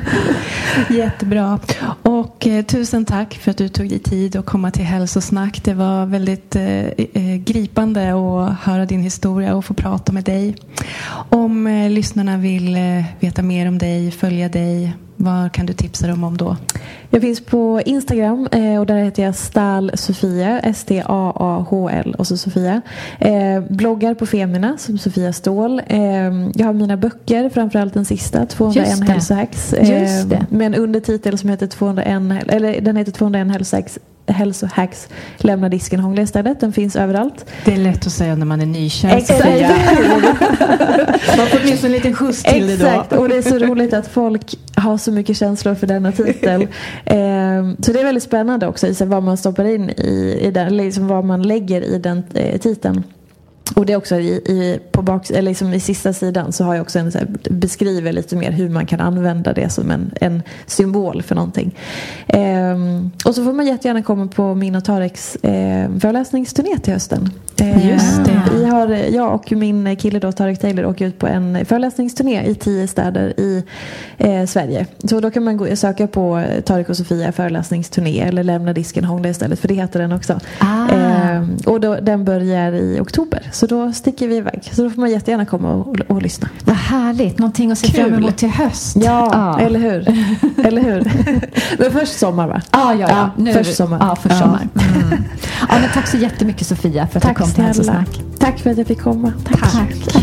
Jättebra. Och eh, tusen tack för att du tog dig tid att komma till Hälsosnack. Det var väldigt eh, eh, gripande att höra din historia och få prata med dig. Om eh, lyssnarna vill eh, veta mer om dig, följa dig, vad kan du tipsa dem om då? Jag finns på Instagram eh, och där heter jag Stahl Sofia, S T A A H L och så Sofia. Eh, bloggar på Femina som Sofia Ståhl. Eh, jag har mina böcker, framförallt den sista, tvåhundraen hälsohacks. Eh, med en undertitel som heter tvåhundraen, eller den heter tvåhundraen hälsohacks. Hälsohacks, lämna disken, hångla istället. Den finns överallt. Det är lätt att säga när man är nykär. Exakt. Man får minst en liten skjuts till det då. Exakt, och det är så roligt att folk har så mycket känslor för denna titel. eh, så det är väldigt spännande också i sig vad man stoppar in i, i den, liksom vad man lägger i den eh, titeln. Och det är också i, i, på bak, eller liksom i sista sidan så har jag också en så här, beskriver lite mer hur man kan använda det som en, en symbol för någonting. Ehm, och så får man jättegärna komma på min och Tareks eh, föreläsningsturné till hösten. Ehm, Just det. Vi har, jag och min kille då, Tarek Taylor, åker ut på en föreläsningsturné i tio städer i eh, Sverige. Så då kan man gå, söka på Tarek och Sofia föreläsningsturné eller lämna disken, hångla istället, för det heter den också. Ah. Ehm, och då, den börjar i oktober. Så då sticker vi iväg. Så då får man jättegärna komma och, och, och lyssna. Vad härligt. Någonting att se Kul. fram emot till höst. Ja, ah. eller hur? eller hur? Men först sommar, va? Ah, ja, ja. Nu, först sommar. Ja, först sommar. Mm. Ja, men tack så jättemycket, Sofia, för att tack du kom till Hälsosnack. Tack för att jag fick komma. Tack. Tack. tack.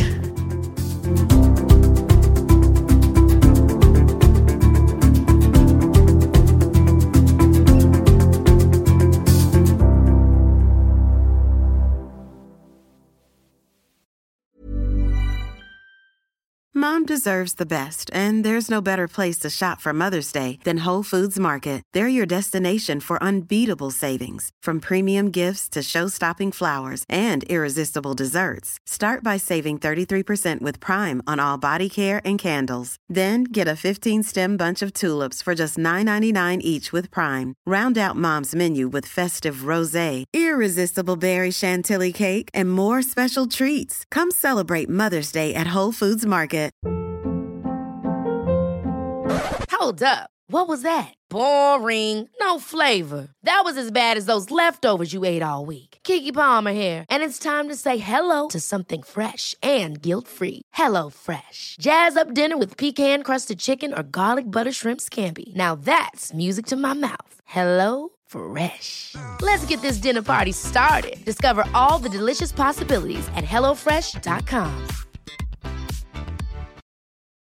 Mom deserves the best, and there's no better place to shop for Mother's Day than Whole Foods Market. They're your destination for unbeatable savings, from premium gifts to show-stopping flowers and irresistible desserts. Start by saving thirty-three percent with Prime on all body care and candles. Then get a fifteen-stem bunch of tulips for just nine ninety-nine each with Prime. Round out Mom's menu with festive rosé, irresistible berry chantilly cake, and more special treats. Come celebrate Mother's Day at Whole Foods Market. Hold up. What was that? Boring. No flavor. That was as bad as those leftovers you ate all week. Keke Palmer here, and it's time to say hello to something fresh and guilt-free. Hello Fresh. Jazz up dinner with pecan-crusted chicken or garlic butter shrimp scampi. Now that's music to my mouth. Hello Fresh. Let's get this dinner party started. Discover all the delicious possibilities at hello fresh dot com.